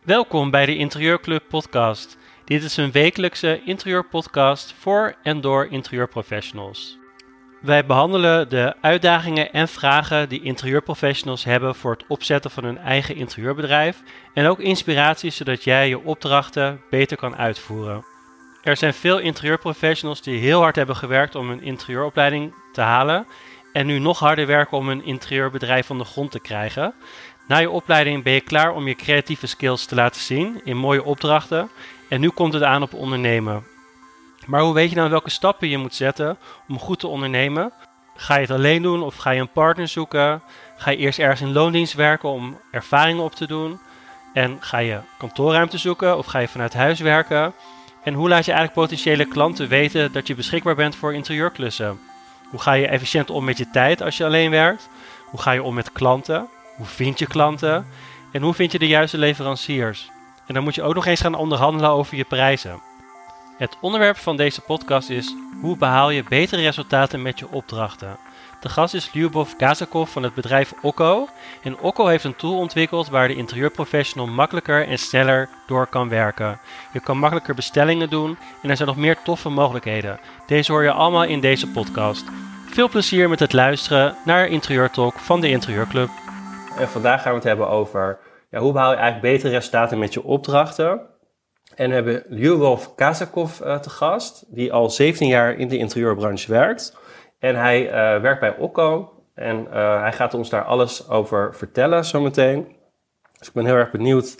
Welkom bij de Interieurclub podcast. Dit is een wekelijkse interieurpodcast voor en door interieurprofessionals. Wij behandelen de uitdagingen en vragen die interieurprofessionals hebben voor het opzetten van hun eigen interieurbedrijf en ook inspiratie zodat jij je opdrachten beter kan uitvoeren. Er zijn veel interieurprofessionals die heel hard hebben gewerkt om hun interieuropleiding te halen en nu nog harder werken om hun interieurbedrijf van de grond te krijgen. Na je opleiding ben je klaar om je creatieve skills te laten zien in mooie opdrachten en nu komt het aan op ondernemen. Maar hoe weet je nou welke stappen je moet zetten om goed te ondernemen? Ga je het alleen doen of ga je een partner zoeken? Ga je eerst ergens in loondienst werken om ervaringen op te doen? En ga je kantoorruimte zoeken of ga je vanuit huis werken? En hoe laat je eigenlijk potentiële klanten weten dat je beschikbaar bent voor interieurklussen? Hoe ga je efficiënt om met je tijd als je alleen werkt? Hoe ga je om met klanten? Hoe vind je klanten? En hoe vind je de juiste leveranciers? En dan moet je ook nog eens gaan onderhandelen over je prijzen. Het onderwerp van deze podcast is: hoe behaal je betere resultaten met je opdrachten? De gast is Lyubov Kazakov van het bedrijf Okko. En Okko heeft een tool ontwikkeld waar de interieurprofessional makkelijker en sneller door kan werken. Je kan makkelijker bestellingen doen en er zijn nog meer toffe mogelijkheden. Deze hoor je allemaal in deze podcast. Veel plezier met het luisteren naar Interieur Talk van de Interieurclub. En vandaag gaan we het hebben over hoe behaal je eigenlijk betere resultaten met je opdrachten. En we hebben Lyubov Kazakov te gast, die al 17 jaar in de interieurbranche werkt. En hij werkt bij Okko en hij gaat ons daar alles over vertellen zometeen. Dus ik ben heel erg benieuwd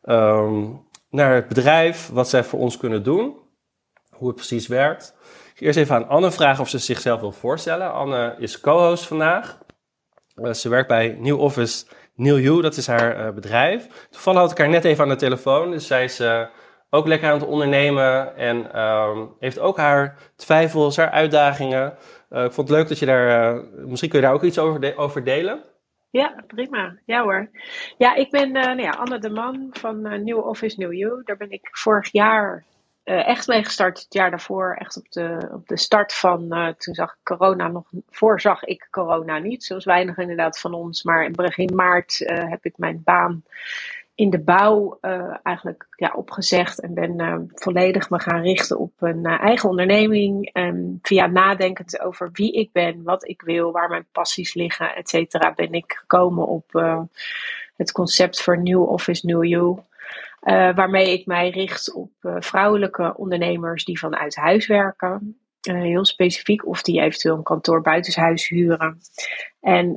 naar het bedrijf, wat zij voor ons kunnen doen, hoe het precies werkt. Ik ga eerst even aan Anne vragen of ze zichzelf wil voorstellen. Anne is co-host vandaag. Ze werkt bij New Office New You, dat is haar bedrijf. Toevallig had ik haar net even aan de telefoon, dus zij is ook lekker aan het ondernemen en heeft ook haar twijfels, haar uitdagingen. Ik vond het leuk dat je daar, misschien kun je daar ook iets over delen. Ja, prima. Ja hoor. Ja, ik ben Anne de Man van New Office New You. Daar ben ik vorig jaar echt mee gestart. Het jaar daarvoor echt op de start van, toen zag ik corona nog, voorzag ik corona niet. Zoals weinig inderdaad van ons. Maar in begin maart heb ik mijn baan in de bouw eigenlijk opgezegd en ben volledig me gaan richten op een eigen onderneming. Via nadenkend over wie ik ben, wat ik wil, waar mijn passies liggen, et cetera, ben ik gekomen op het concept voor New Office New You. Waarmee ik mij richt op vrouwelijke ondernemers die vanuit huis werken. Heel specifiek, of die eventueel een kantoor buitenshuis huren. En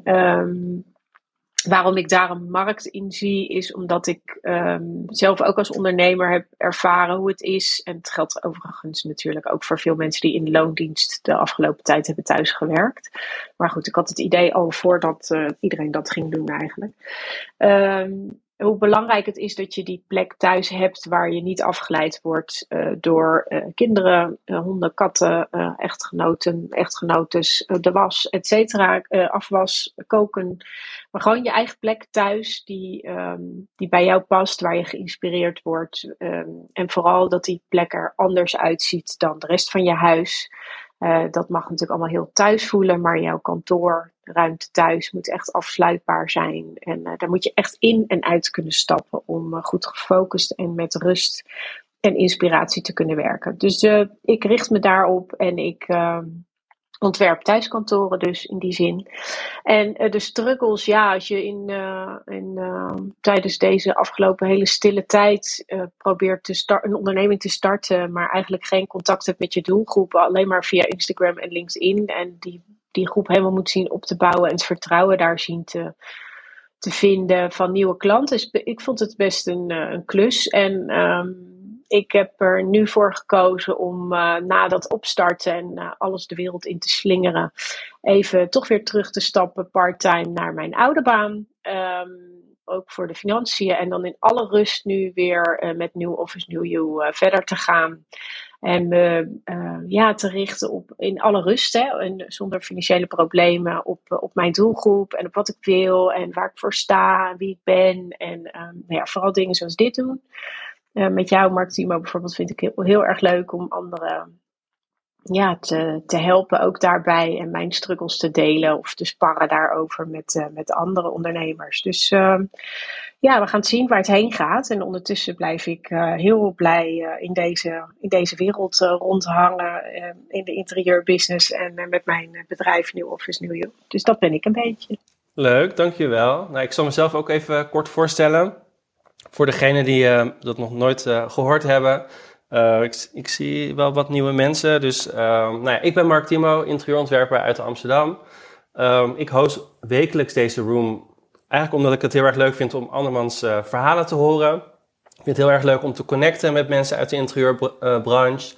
waarom ik daar een markt in zie, is omdat ik zelf ook als ondernemer heb ervaren hoe het is. En het geldt overigens natuurlijk ook voor veel mensen die in de loondienst de afgelopen tijd hebben thuisgewerkt. Maar goed, ik had het idee al voordat iedereen dat ging doen eigenlijk. Hoe belangrijk het is dat je die plek thuis hebt waar je niet afgeleid wordt door kinderen, honden, katten, echtgenotes, de was, et cetera, afwas, koken. Maar gewoon je eigen plek thuis die bij jou past, waar je geïnspireerd wordt. En vooral dat die plek er anders uitziet dan de rest van je huis. Dat mag natuurlijk allemaal heel thuis voelen, maar jouw kantoorruimte thuis moet echt afsluitbaar zijn. En daar moet je echt in en uit kunnen stappen om goed gefocust en met rust en inspiratie te kunnen werken. Dus ik richt me daarop en ik ontwerp thuiskantoren dus in die zin. En de struggles, als je tijdens deze afgelopen hele stille tijd probeert een onderneming te starten, maar eigenlijk geen contact hebt met je doelgroep, alleen maar via Instagram en LinkedIn, en die groep helemaal moet zien op te bouwen en het vertrouwen daar zien te vinden van nieuwe klanten. Dus ik vond het best een klus. En ik heb er nu voor gekozen om na dat opstarten en alles de wereld in te slingeren, even toch weer terug te stappen part-time naar mijn oude baan. Ook voor de financiën. En dan in alle rust nu weer met New Office New You verder te gaan. En me te richten op in alle rust, en zonder financiële problemen, op mijn doelgroep en op wat ik wil en waar ik voor sta, wie ik ben. En vooral dingen zoals dit doen. Met jou, Mark Timo bijvoorbeeld, vind ik heel erg leuk om andere te helpen ook daarbij en mijn struggles te delen of te sparren daarover met andere ondernemers. Dus we gaan zien waar het heen gaat. En ondertussen blijf ik heel blij in deze wereld rondhangen in de interieurbusiness en met mijn bedrijf New Office New You. Dus dat ben ik een beetje. Leuk, dankjewel. Nou, ik zal mezelf ook even kort voorstellen. Voor degenen die dat nog nooit gehoord hebben. Ik zie wel wat nieuwe mensen. Dus ik ben Mark Timo, interieurontwerper uit Amsterdam. Ik host wekelijks deze room. Eigenlijk omdat ik het heel erg leuk vind om andermans verhalen te horen. Ik vind het heel erg leuk om te connecten met mensen uit de interieurbranche.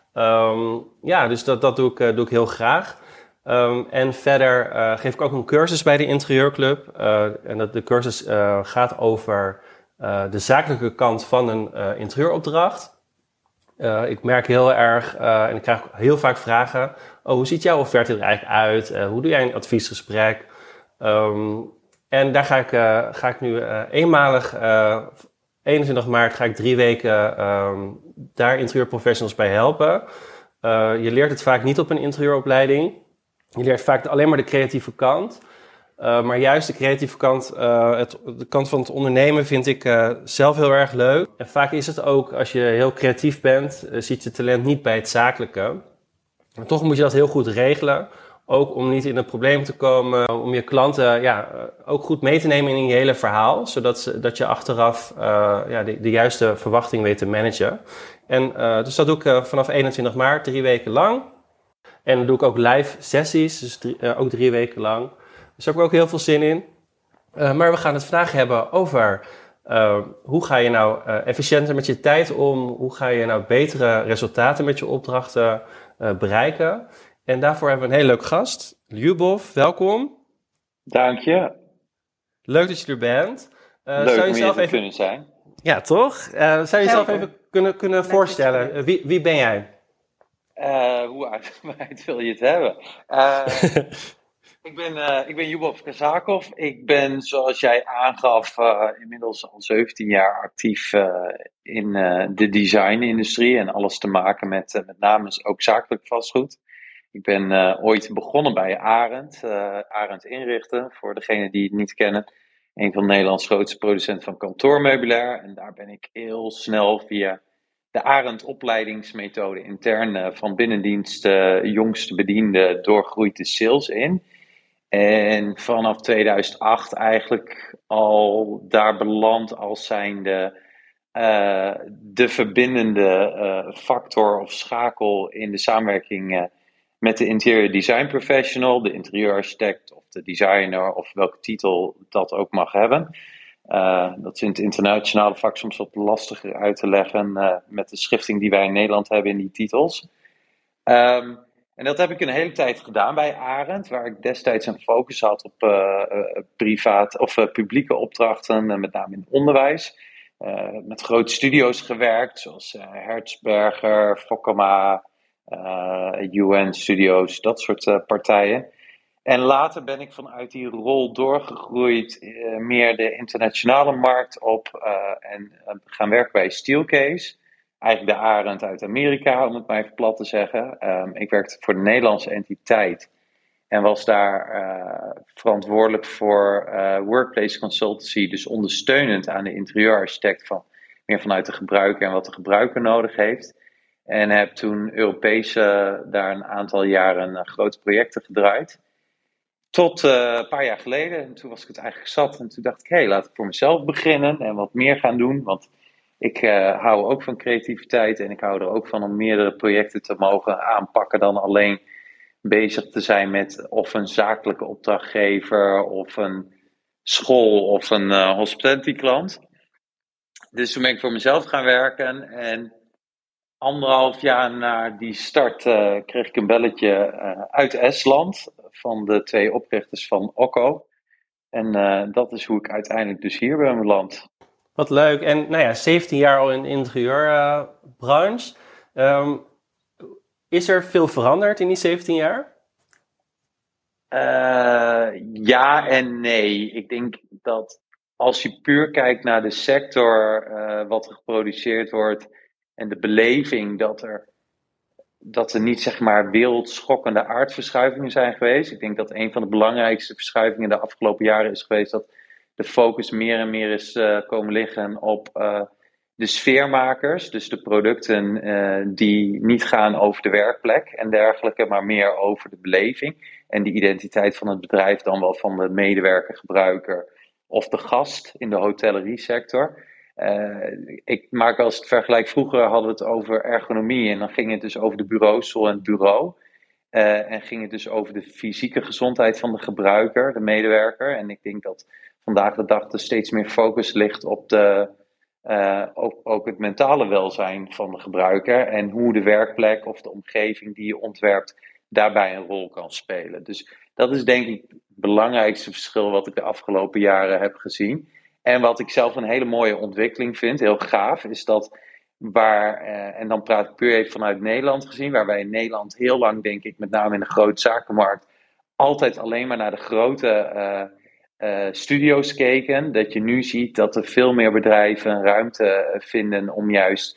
Dus dat doe ik heel graag. En verder geef ik ook een cursus bij de Interieurclub. En de cursus gaat over de zakelijke kant van een interieuropdracht. Ik merk heel erg, en ik krijg heel vaak vragen... hoe ziet jouw offerte er eigenlijk uit? Hoe doe jij een adviesgesprek? En daar ga ik nu eenmalig... 21 maart ga ik 3 weken daar interieurprofessionals bij helpen. Je leert het vaak niet op een interieuropleiding. Je leert vaak alleen maar de creatieve kant. Maar juist de creatieve kant, de kant van het ondernemen vind ik zelf heel erg leuk. En vaak is het ook, als je heel creatief bent, ziet je talent niet bij het zakelijke. Maar toch moet je dat heel goed regelen. Ook om niet in een probleem te komen, om je klanten ook goed mee te nemen in je hele verhaal. Zodat je achteraf de juiste verwachting weet te managen. En dus dat doe ik vanaf 21 maart, 3 weken lang. En dan doe ik ook live sessies, dus ook 3 weken lang. Dus daar heb ik ook heel veel zin in. Maar we gaan het vandaag hebben over hoe ga je nou efficiënter met je tijd om? Hoe ga je nou betere resultaten met je opdrachten bereiken? En daarvoor hebben we een hele leuke gast. Lyubov, welkom. Dank je. Leuk dat je er bent. Leuk zou je om hier te kunnen zijn. Ja, toch? Zou je jezelf even kunnen voorstellen? Wie ben jij? Hoe uitgebreid wil je het hebben? Ik ben Lyubov Kazakov. Ik ben, zoals jij aangaf, inmiddels al 17 jaar actief in de designindustrie en alles te maken met name ook zakelijk vastgoed. Ik ben ooit begonnen bij Arend, Arend Inrichten, voor degenen die het niet kennen. Een van Nederlands grootste producenten van kantoormeubilair. En daar ben ik heel snel via de Arend opleidingsmethode intern van binnendienst jongste bediende doorgroeid de sales in. En vanaf 2008 eigenlijk al daar beland als zijnde de verbindende factor of schakel in de samenwerking met de interior design professional, de interieurarchitect of de designer of welke titel dat ook mag hebben. Dat is in het internationale vak soms wat lastiger uit te leggen met de schifting die wij in Nederland hebben in die titels. En dat heb ik een hele tijd gedaan bij Arend, waar ik destijds een focus had op privaat of publieke opdrachten, met name in het onderwijs. Met grote studio's gewerkt, zoals Hertzberger, Fokkema, UN Studios, dat soort partijen. En later ben ik vanuit die rol doorgegroeid meer de internationale markt op en gaan werken bij Steelcase. Eigenlijk de Arend uit Amerika, om het maar even plat te zeggen. Ik werkte voor de Nederlandse entiteit en was daar verantwoordelijk voor workplace consultancy, dus ondersteunend aan de interieurarchitect meer vanuit de gebruiker en wat de gebruiker nodig heeft. En heb toen Europees daar een aantal jaren grote projecten gedraaid. Tot een paar jaar geleden, en toen was ik het eigenlijk zat. En toen dacht ik, laat ik voor mezelf beginnen en wat meer gaan doen. Want ik hou ook van creativiteit en ik hou er ook van om meerdere projecten te mogen aanpakken dan alleen bezig te zijn met of een zakelijke opdrachtgever of een school of een hospitality klant. Dus toen ben ik voor mezelf gaan werken en 1,5 jaar na die start kreeg ik een belletje uit Estland van de 2 oprichters van Okko. En dat is hoe ik uiteindelijk dus hier ben beland. Wat leuk. En 17 jaar al in de interieurbranche. Is er veel veranderd in die 17 jaar? Ja en nee. Ik denk dat als je puur kijkt naar de sector, wat er geproduceerd wordt en de beleving dat er dat er niet zeg maar wereldschokkende aardverschuivingen zijn geweest. Ik denk dat een van de belangrijkste verschuivingen de afgelopen jaren is geweest dat de focus meer en meer is komen liggen op de sfeermakers. Dus de producten die niet gaan over de werkplek en dergelijke, maar meer over de beleving en de identiteit van het bedrijf dan wel van de medewerker, gebruiker of de gast in de hotellerie sector. Ik maak wel eens het vergelijk. Vroeger hadden we het over ergonomie en dan ging het dus over de bureaustoel en het bureau. En ging het dus over de fysieke gezondheid van de gebruiker, de medewerker. En ik denk dat vandaag de dag er steeds meer focus ligt op ook het mentale welzijn van de gebruiker. En hoe de werkplek of de omgeving die je ontwerpt daarbij een rol kan spelen. Dus dat is denk ik het belangrijkste verschil wat ik de afgelopen jaren heb gezien. En wat ik zelf een hele mooie ontwikkeling vind, heel gaaf, is dat en dan praat ik puur even vanuit Nederland gezien, waar wij in Nederland heel lang, denk ik, met name in de grote zakenmarkt, altijd alleen maar naar de grote studio's keken. Dat je nu ziet dat er veel meer bedrijven ruimte vinden om juist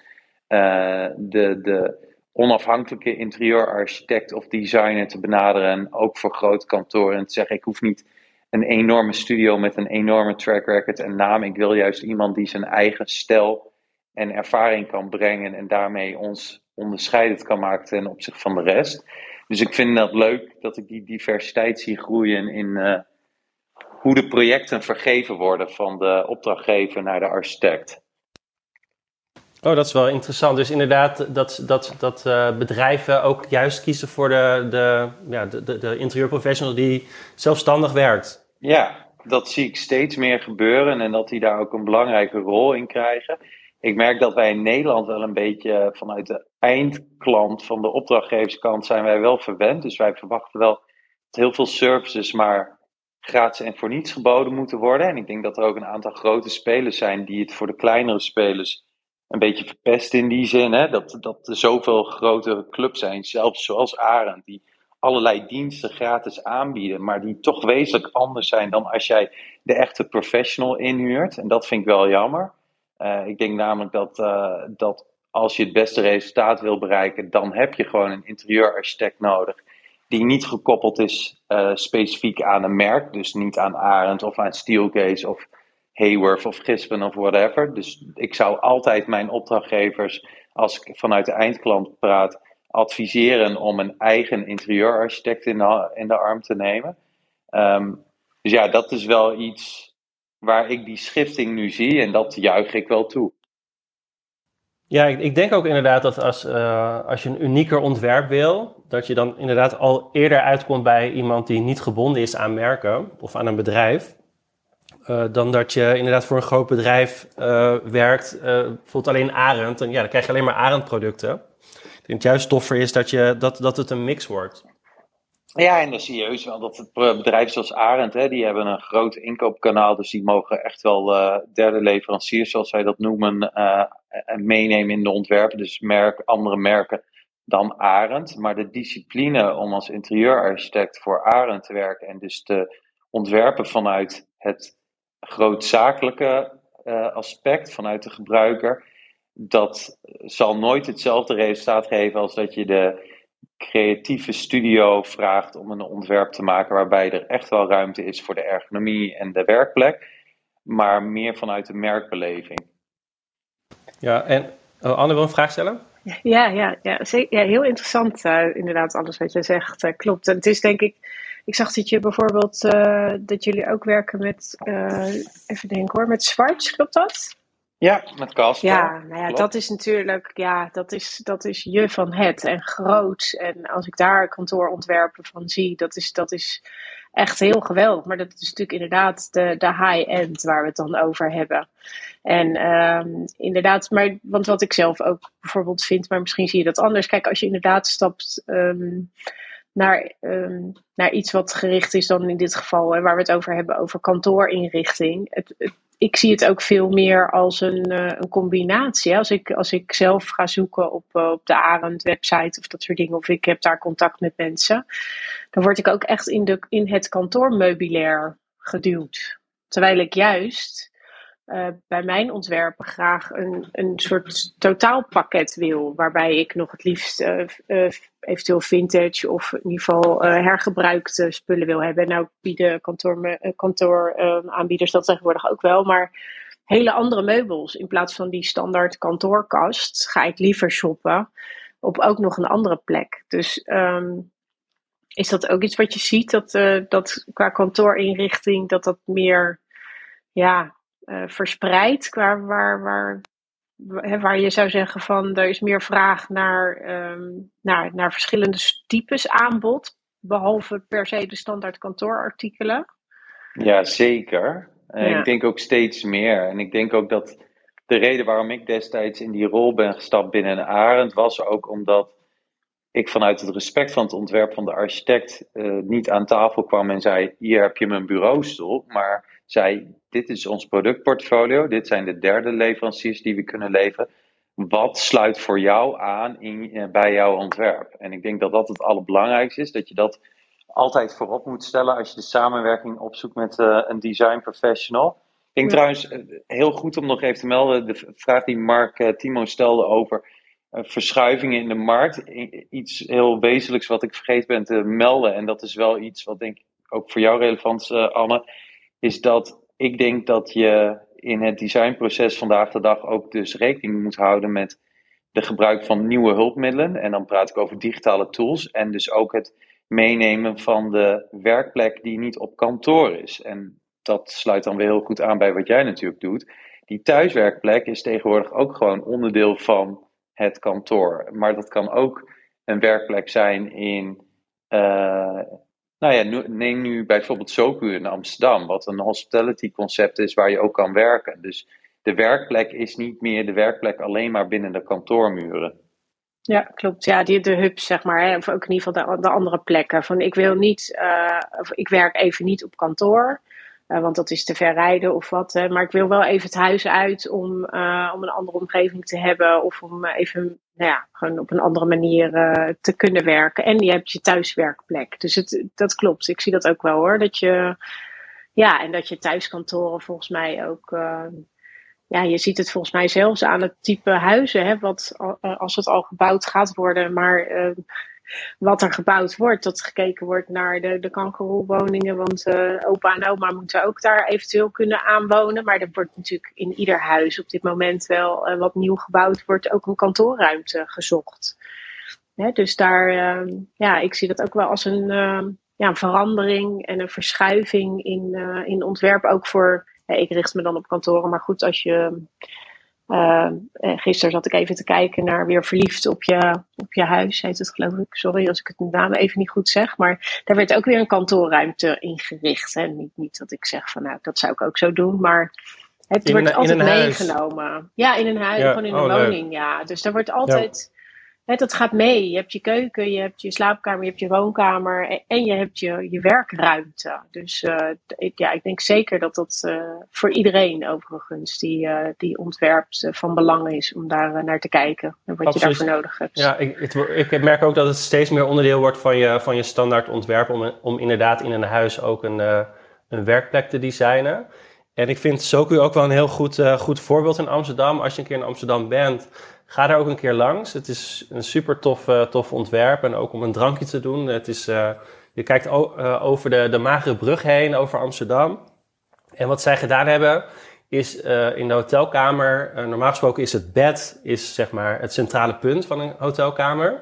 de onafhankelijke interieurarchitect of designer te benaderen, ook voor grote kantoren. En te zeggen, ik hoef niet een enorme studio met een enorme track record en naam. Ik wil juist iemand die zijn eigen stijl en ervaring kan brengen en daarmee ons onderscheidend kan maken ten opzichte van de rest. Dus ik vind dat leuk dat ik die diversiteit zie groeien in hoe de projecten vergeven worden van de opdrachtgever naar de architect. Oh, dat is wel interessant. Dus inderdaad dat bedrijven ook juist kiezen voor de interieurprofessional die zelfstandig werkt. Ja, dat zie ik steeds meer gebeuren en dat die daar ook een belangrijke rol in krijgen. Ik merk dat wij in Nederland wel een beetje vanuit de eindklant van de opdrachtgeverskant zijn wij wel verwend. Dus wij verwachten wel dat heel veel services maar gratis en voor niets geboden moeten worden. En ik denk dat er ook een aantal grote spelers zijn die het voor de kleinere spelers een beetje verpesten in die zin. Hè? Dat er zoveel grote clubs zijn, zelfs zoals Arend, die allerlei diensten gratis aanbieden, maar die toch wezenlijk anders zijn dan als jij de echte professional inhuurt. En dat vind ik wel jammer. Ik denk namelijk dat als je het beste resultaat wil bereiken, dan heb je gewoon een interieurarchitect nodig die niet gekoppeld is specifiek aan een merk. Dus niet aan Arend of aan Steelcase of Haworth of Gispen of whatever. Dus ik zou altijd mijn opdrachtgevers, als ik vanuit de eindklant praat, adviseren om een eigen interieurarchitect in de arm te nemen. Dus ja, dat is wel iets waar ik die schifting nu zie en dat juich ik wel toe. Ja, ik denk ook inderdaad dat als je een unieker ontwerp wil, dat je dan inderdaad al eerder uitkomt bij iemand die niet gebonden is aan merken of aan een bedrijf. Dan dat je inderdaad voor een groot bedrijf werkt, bijvoorbeeld alleen Arend. En ja, dan krijg je alleen maar Arend-producten. Ik denk het juist toffer is dat het een mix wordt. Ja, en dan zie je heus wel dat het bedrijf zoals Arend, die hebben een groot inkoopkanaal. Dus die mogen echt wel derde leveranciers, zoals zij dat noemen, meenemen in de ontwerpen. Dus andere merken dan Arend. Maar de discipline om als interieurarchitect voor Arend te werken en dus te ontwerpen vanuit het grootzakelijke aspect, vanuit de gebruiker, dat zal nooit hetzelfde resultaat geven als dat je de creatieve studio vraagt om een ontwerp te maken waarbij er echt wel ruimte is voor de ergonomie en de werkplek, maar meer vanuit de merkbeleving. Ja, en Anne wil een vraag stellen? Ja, heel interessant inderdaad alles wat je zegt, klopt. En het is denk ik zag dat je bijvoorbeeld, dat jullie ook werken met, even denken hoor, met Schwarz, klopt dat? Ja, met Casper. Ja, nou ja, dat is natuurlijk, dat is je van het en groot. En als ik daar kantoorontwerpen van zie, dat is echt heel geweldig. Maar dat is natuurlijk inderdaad de high-end waar we het dan over hebben. En inderdaad, want wat ik zelf ook bijvoorbeeld vind, maar misschien zie je dat anders. Kijk, als je inderdaad stapt naar iets wat gericht is dan in dit geval, waar we het over hebben, over kantoorinrichting. Ik zie het ook veel meer als een combinatie. Als ik zelf ga zoeken op de Arend website of dat soort dingen, of ik heb daar contact met mensen, dan word ik ook echt in het kantoormeubilair geduwd. Terwijl ik juist bij mijn ontwerpen graag een soort totaalpakket wil. Waarbij ik nog het liefst eventueel vintage of in ieder geval hergebruikte spullen wil hebben. Nou bieden kantooraanbieders dat tegenwoordig ook wel. Maar hele andere meubels. In plaats van die standaard kantoorkast ga ik liever shoppen op ook nog een andere plek. Dus is dat ook iets wat je ziet? Dat qua kantoorinrichting dat meer verspreid, waar je zou zeggen van er is meer vraag naar verschillende types aanbod, behalve per se de standaard kantoorartikelen. Ja, zeker. Ik denk ook steeds meer. En ik denk ook dat de reden waarom ik destijds in die rol ben gestapt binnen Arend was ook omdat ik vanuit het respect van het ontwerp van de architect niet aan tafel kwam en zei, hier heb je mijn bureaustoel, maar zei, dit is ons productportfolio, dit zijn de derde leveranciers die we kunnen leveren. Wat sluit voor jou aan bij jouw ontwerp? En ik denk dat dat het allerbelangrijkste is, dat je dat altijd voorop moet stellen als je de samenwerking opzoekt met een design professional. Ik denk trouwens heel goed om nog even te melden, de vraag die Mark Timo stelde over verschuivingen in de markt. Iets heel wezenlijks wat ik vergeten ben te melden, en dat is wel iets wat denk ik ook voor jou relevant is, Anne, is dat ik denk dat je in het designproces vandaag de dag ook dus rekening moet houden met de gebruik van nieuwe hulpmiddelen. En dan praat ik over digitale tools en dus ook het meenemen van de werkplek die niet op kantoor is. En dat sluit dan weer heel goed aan bij wat jij natuurlijk doet. Die thuiswerkplek is tegenwoordig ook gewoon onderdeel van het kantoor. Maar dat kan ook een werkplek zijn in neem nu bijvoorbeeld Soku in Amsterdam, wat een hospitality concept is waar je ook kan werken. Dus de werkplek is niet meer de werkplek alleen maar binnen de kantoormuren. Ja, klopt. Ja, de hubs, zeg maar. Hè, of ook in ieder geval de andere plekken. Van ik wil niet, ik werk even niet op kantoor. Want dat is te ver rijden of wat. Hè, maar ik wil wel even het huis uit om een andere omgeving te hebben. Of om even gewoon op een andere manier te kunnen werken. En je hebt je thuiswerkplek. Dus dat klopt. Ik zie dat ook wel hoor. En dat je thuiskantoren volgens mij ook... je ziet het volgens mij zelfs aan het type huizen. Hè, als het al gebouwd gaat worden. Maar wat er gebouwd wordt. Dat gekeken wordt naar de kangeroewoningen. Want opa en oma moeten ook daar eventueel kunnen aanwonen. Maar er wordt natuurlijk in ieder huis op dit moment wel wat nieuw gebouwd wordt. Ook een kantoorruimte gezocht. Dus daar, ik zie dat ook wel als een verandering en een verschuiving in ontwerp. Ook voor, ik richt me dan op kantoren. Maar goed, als je... gisteren zat ik even te kijken naar Weer Verliefd op je huis, heet het geloof ik. Sorry als ik het naam even niet goed zeg. Maar daar werd ook weer een kantoorruimte ingericht. Hè. Niet dat ik zeg van dat zou ik ook zo doen. Maar het wordt altijd meegenomen. Huis. Ja, in een huis, gewoon in een woning. Leuk. Ja. Dus daar wordt altijd... dat gaat mee. Je hebt je keuken, je hebt je slaapkamer, je hebt je woonkamer en je hebt je werkruimte. Dus ik denk zeker dat voor iedereen overigens die ontwerpt van belang is om daar naar te kijken en wat je daarvoor nodig hebt. Ja, ik merk ook dat het steeds meer onderdeel wordt van je standaard ontwerp om inderdaad in een huis ook een werkplek te designen. En ik vind Soku ook wel een heel goed voorbeeld in Amsterdam. Als je een keer in Amsterdam bent, ga daar ook een keer langs. Het is een super tof ontwerp en ook om een drankje te doen. Het is, je kijkt over de Magere Brug heen, over Amsterdam. En wat zij gedaan hebben, is in de hotelkamer... normaal gesproken is het bed zeg maar het centrale punt van een hotelkamer.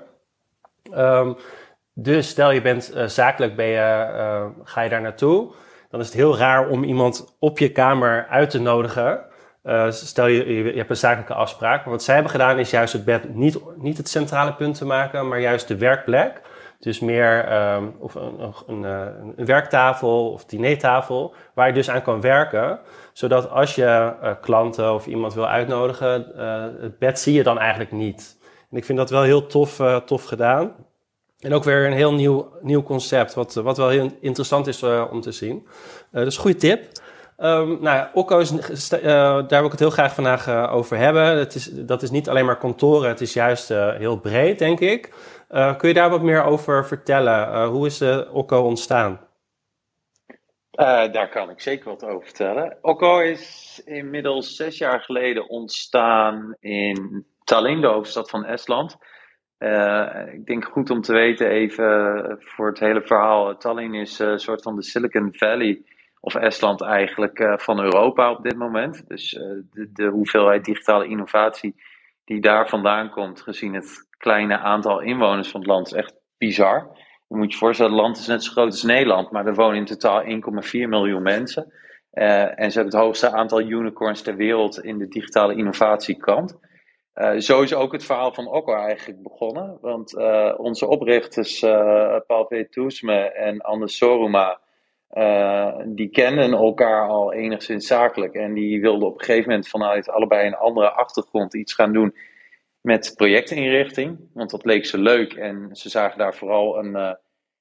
Dus stel je bent zakelijk, ga je daar naartoe... Dan is het heel raar om iemand op je kamer uit te nodigen. Stel je hebt een zakelijke afspraak. Maar wat zij hebben gedaan is juist het bed niet het centrale punt te maken, maar juist de werkplek. Dus meer of een werktafel of dinertafel, waar je dus aan kan werken. Zodat als je klanten of iemand wil uitnodigen, het bed zie je dan eigenlijk niet. En ik vind dat wel heel tof gedaan. En ook weer een heel nieuw concept, wat wel heel interessant is om te zien. Dus goede tip. Okko daar wil ik het heel graag vandaag over hebben. Dat is niet alleen maar kantoren, het is juist heel breed, denk ik. Kun je daar wat meer over vertellen? Hoe is Okko ontstaan? Daar kan ik zeker wat over vertellen. Okko is inmiddels 6 jaar geleden ontstaan in Tallinn, de hoofdstad van Estland. Ik denk goed om te weten even voor het hele verhaal. Tallinn is een soort van de Silicon Valley of Estland eigenlijk van Europa op dit moment. Dus de hoeveelheid digitale innovatie die daar vandaan komt, gezien het kleine aantal inwoners van het land, is echt bizar. Je moet je voorstellen, het land is net zo groot als Nederland, maar er wonen in totaal 1,4 miljoen mensen. En ze hebben het hoogste aantal unicorns ter wereld in de digitale innovatiekant. Zo is ook het verhaal van Okko eigenlijk begonnen. Want onze oprichters, Paul V. Toesme en Anders Soruma, die kenden elkaar al enigszins zakelijk. En die wilden op een gegeven moment vanuit allebei een andere achtergrond iets gaan doen met projectinrichting. Want dat leek ze leuk en ze zagen daar vooral een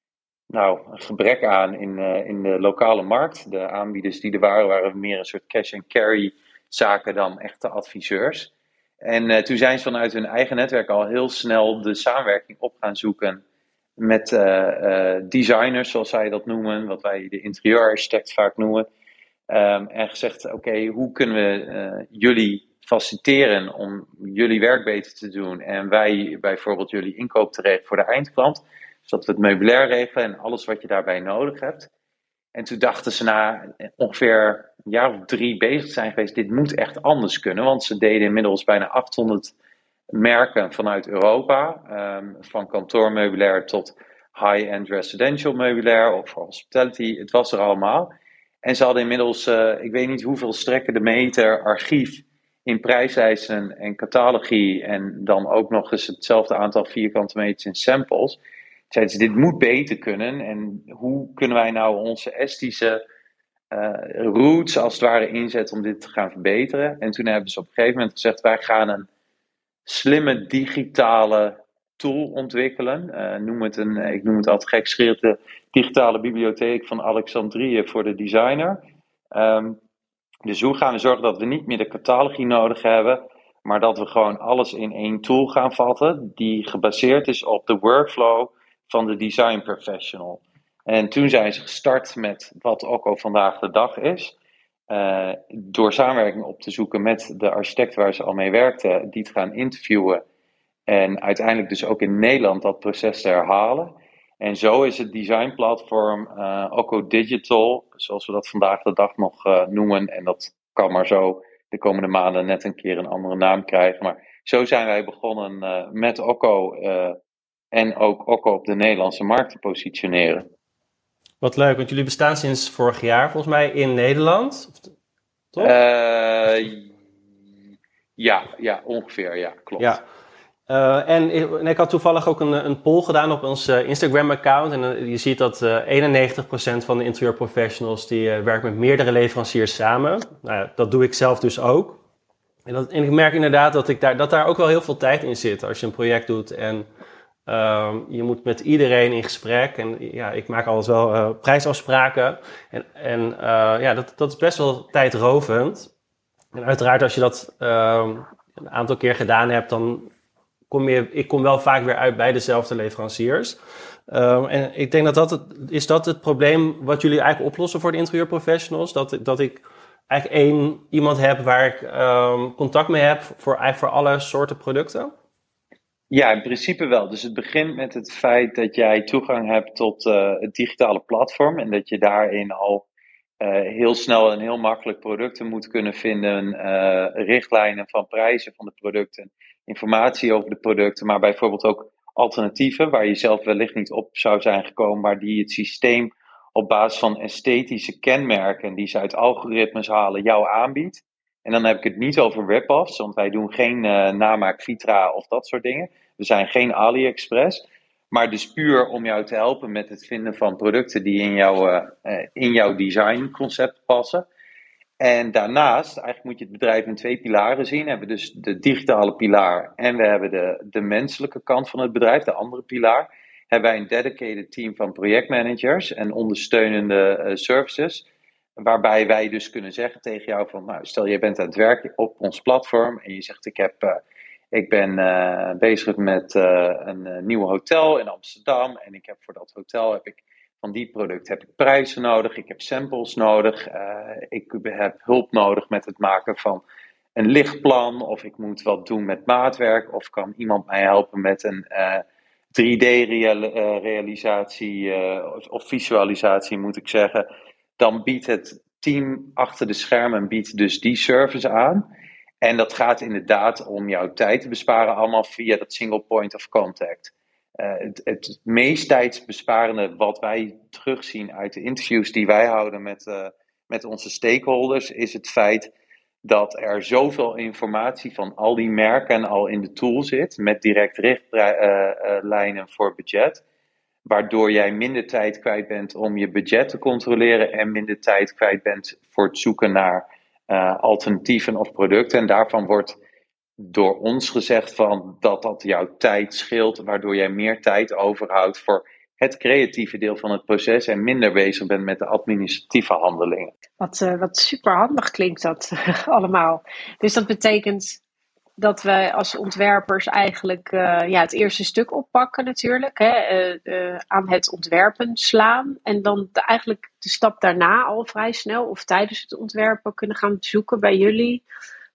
gebrek aan in de lokale markt. De aanbieders die er waren meer een soort cash-and-carry zaken dan echte adviseurs. En toen zijn ze vanuit hun eigen netwerk al heel snel de samenwerking op gaan zoeken met designers, zoals zij dat noemen, wat wij de interieurarchitect vaak noemen. En gezegd, oké, hoe kunnen we jullie faciliteren om jullie werk beter te doen en wij bijvoorbeeld jullie inkoop te regelen voor de eindklant, zodat we het meubilair regelen en alles wat je daarbij nodig hebt. En toen dachten ze na ongeveer een jaar of 3 bezig zijn geweest, dit moet echt anders kunnen, want ze deden inmiddels bijna 800 merken vanuit Europa, van kantoormeubilair tot high-end residential meubilair of hospitality, het was er allemaal. En ze hadden inmiddels, ik weet niet hoeveel strekken de meter archief in prijslijsten en catalogie en dan ook nog eens hetzelfde aantal vierkante meters in samples. Zeiden ze, dit moet beter kunnen en hoe kunnen wij nou onze esthetische roots als het ware inzetten om dit te gaan verbeteren. En toen hebben ze op een gegeven moment gezegd, wij gaan een slimme digitale tool ontwikkelen. Ik noem het altijd gekscherend de digitale bibliotheek van Alexandrië voor de designer. Dus hoe gaan we zorgen dat we niet meer de catalogie nodig hebben, maar dat we gewoon alles in één tool gaan vatten die gebaseerd is op de workflow van de design professional. En toen zijn ze gestart met wat Okko vandaag de dag is. Door samenwerking op te zoeken met de architect waar ze al mee werkten, die te gaan interviewen. En uiteindelijk dus ook in Nederland dat proces te herhalen. En zo is het designplatform Okko Digital, zoals we dat vandaag de dag nog noemen. En dat kan maar zo de komende maanden net een keer een andere naam krijgen. Maar zo zijn wij begonnen met Okko en ook Okko op de Nederlandse markt te positioneren. Wat leuk, want jullie bestaan sinds vorig jaar volgens mij in Nederland, toch? Ja, ongeveer, ja, klopt. Ja. En ik had toevallig ook een poll gedaan op ons Instagram-account. En je ziet dat 91% van de interieurprofessionals die werkt met meerdere leveranciers samen. Nou ja, dat doe ik zelf dus ook. En ik merk inderdaad dat daar ook wel heel veel tijd in zit als je een project doet. En je moet met iedereen in gesprek. En ja, ik maak altijd wel prijsafspraken. Dat is best wel tijdrovend. En uiteraard als je dat een aantal keer gedaan hebt, dan ik kom wel vaak weer uit bij dezelfde leveranciers. En ik denk is dat het probleem wat jullie eigenlijk oplossen voor de interieurprofessionals? Dat ik eigenlijk iemand heb waar ik contact mee heb voor alle soorten producten? Ja, in principe wel. Dus het begint met het feit dat jij toegang hebt tot het digitale platform en dat je daarin al heel snel en heel makkelijk producten moet kunnen vinden, richtlijnen van prijzen van de producten, informatie over de producten, maar bijvoorbeeld ook alternatieven waar je zelf wellicht niet op zou zijn gekomen, maar die het systeem op basis van esthetische kenmerken die ze uit algoritmes halen jou aanbiedt. En dan heb ik het niet over rip-offs, want wij doen geen namaak Vitra of dat soort dingen. We zijn geen AliExpress. Maar dus puur om jou te helpen met het vinden van producten die in jouw designconcept passen. En daarnaast, eigenlijk moet je het bedrijf in 2 pilaren zien. We hebben dus de digitale pilaar en we hebben de menselijke kant van het bedrijf, de andere pilaar. Hebben wij een dedicated team van projectmanagers en ondersteunende services. Waarbij wij dus kunnen zeggen tegen jou van, nou, stel je bent aan het werken op ons platform en je zegt ik ben bezig met een nieuw hotel in Amsterdam en ik heb voor dat hotel van die product heb ik prijzen nodig, ik heb samples nodig, ik heb hulp nodig met het maken van een lichtplan, of ik moet wat doen met maatwerk, of kan iemand mij helpen met een 3D-realisatie of visualisatie moet ik zeggen. Dan biedt het team achter de schermen biedt dus die service aan. En dat gaat inderdaad om jouw tijd te besparen, allemaal via dat single point of contact. Het meest tijdsbesparende wat wij terugzien uit de interviews die wij houden met onze stakeholders, is het feit dat er zoveel informatie van al die merken al in de tool zit, met direct richtlijnen voor budget, waardoor jij minder tijd kwijt bent om je budget te controleren en minder tijd kwijt bent voor het zoeken naar alternatieven of producten. En daarvan wordt door ons gezegd dat jouw tijd scheelt, waardoor jij meer tijd overhoudt voor het creatieve deel van het proces en minder bezig bent met de administratieve handelingen. Wat super handig klinkt dat allemaal. Dus dat betekent dat we als ontwerpers eigenlijk het eerste stuk oppakken natuurlijk. Aan het ontwerpen slaan. En dan eigenlijk de stap daarna al vrij snel of tijdens het ontwerpen kunnen gaan zoeken bij jullie.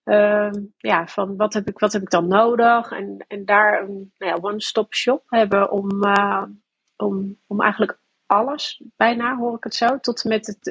Van wat heb ik dan nodig? En daar een one-stop shop hebben om eigenlijk alles, bijna hoor ik het zo, tot en met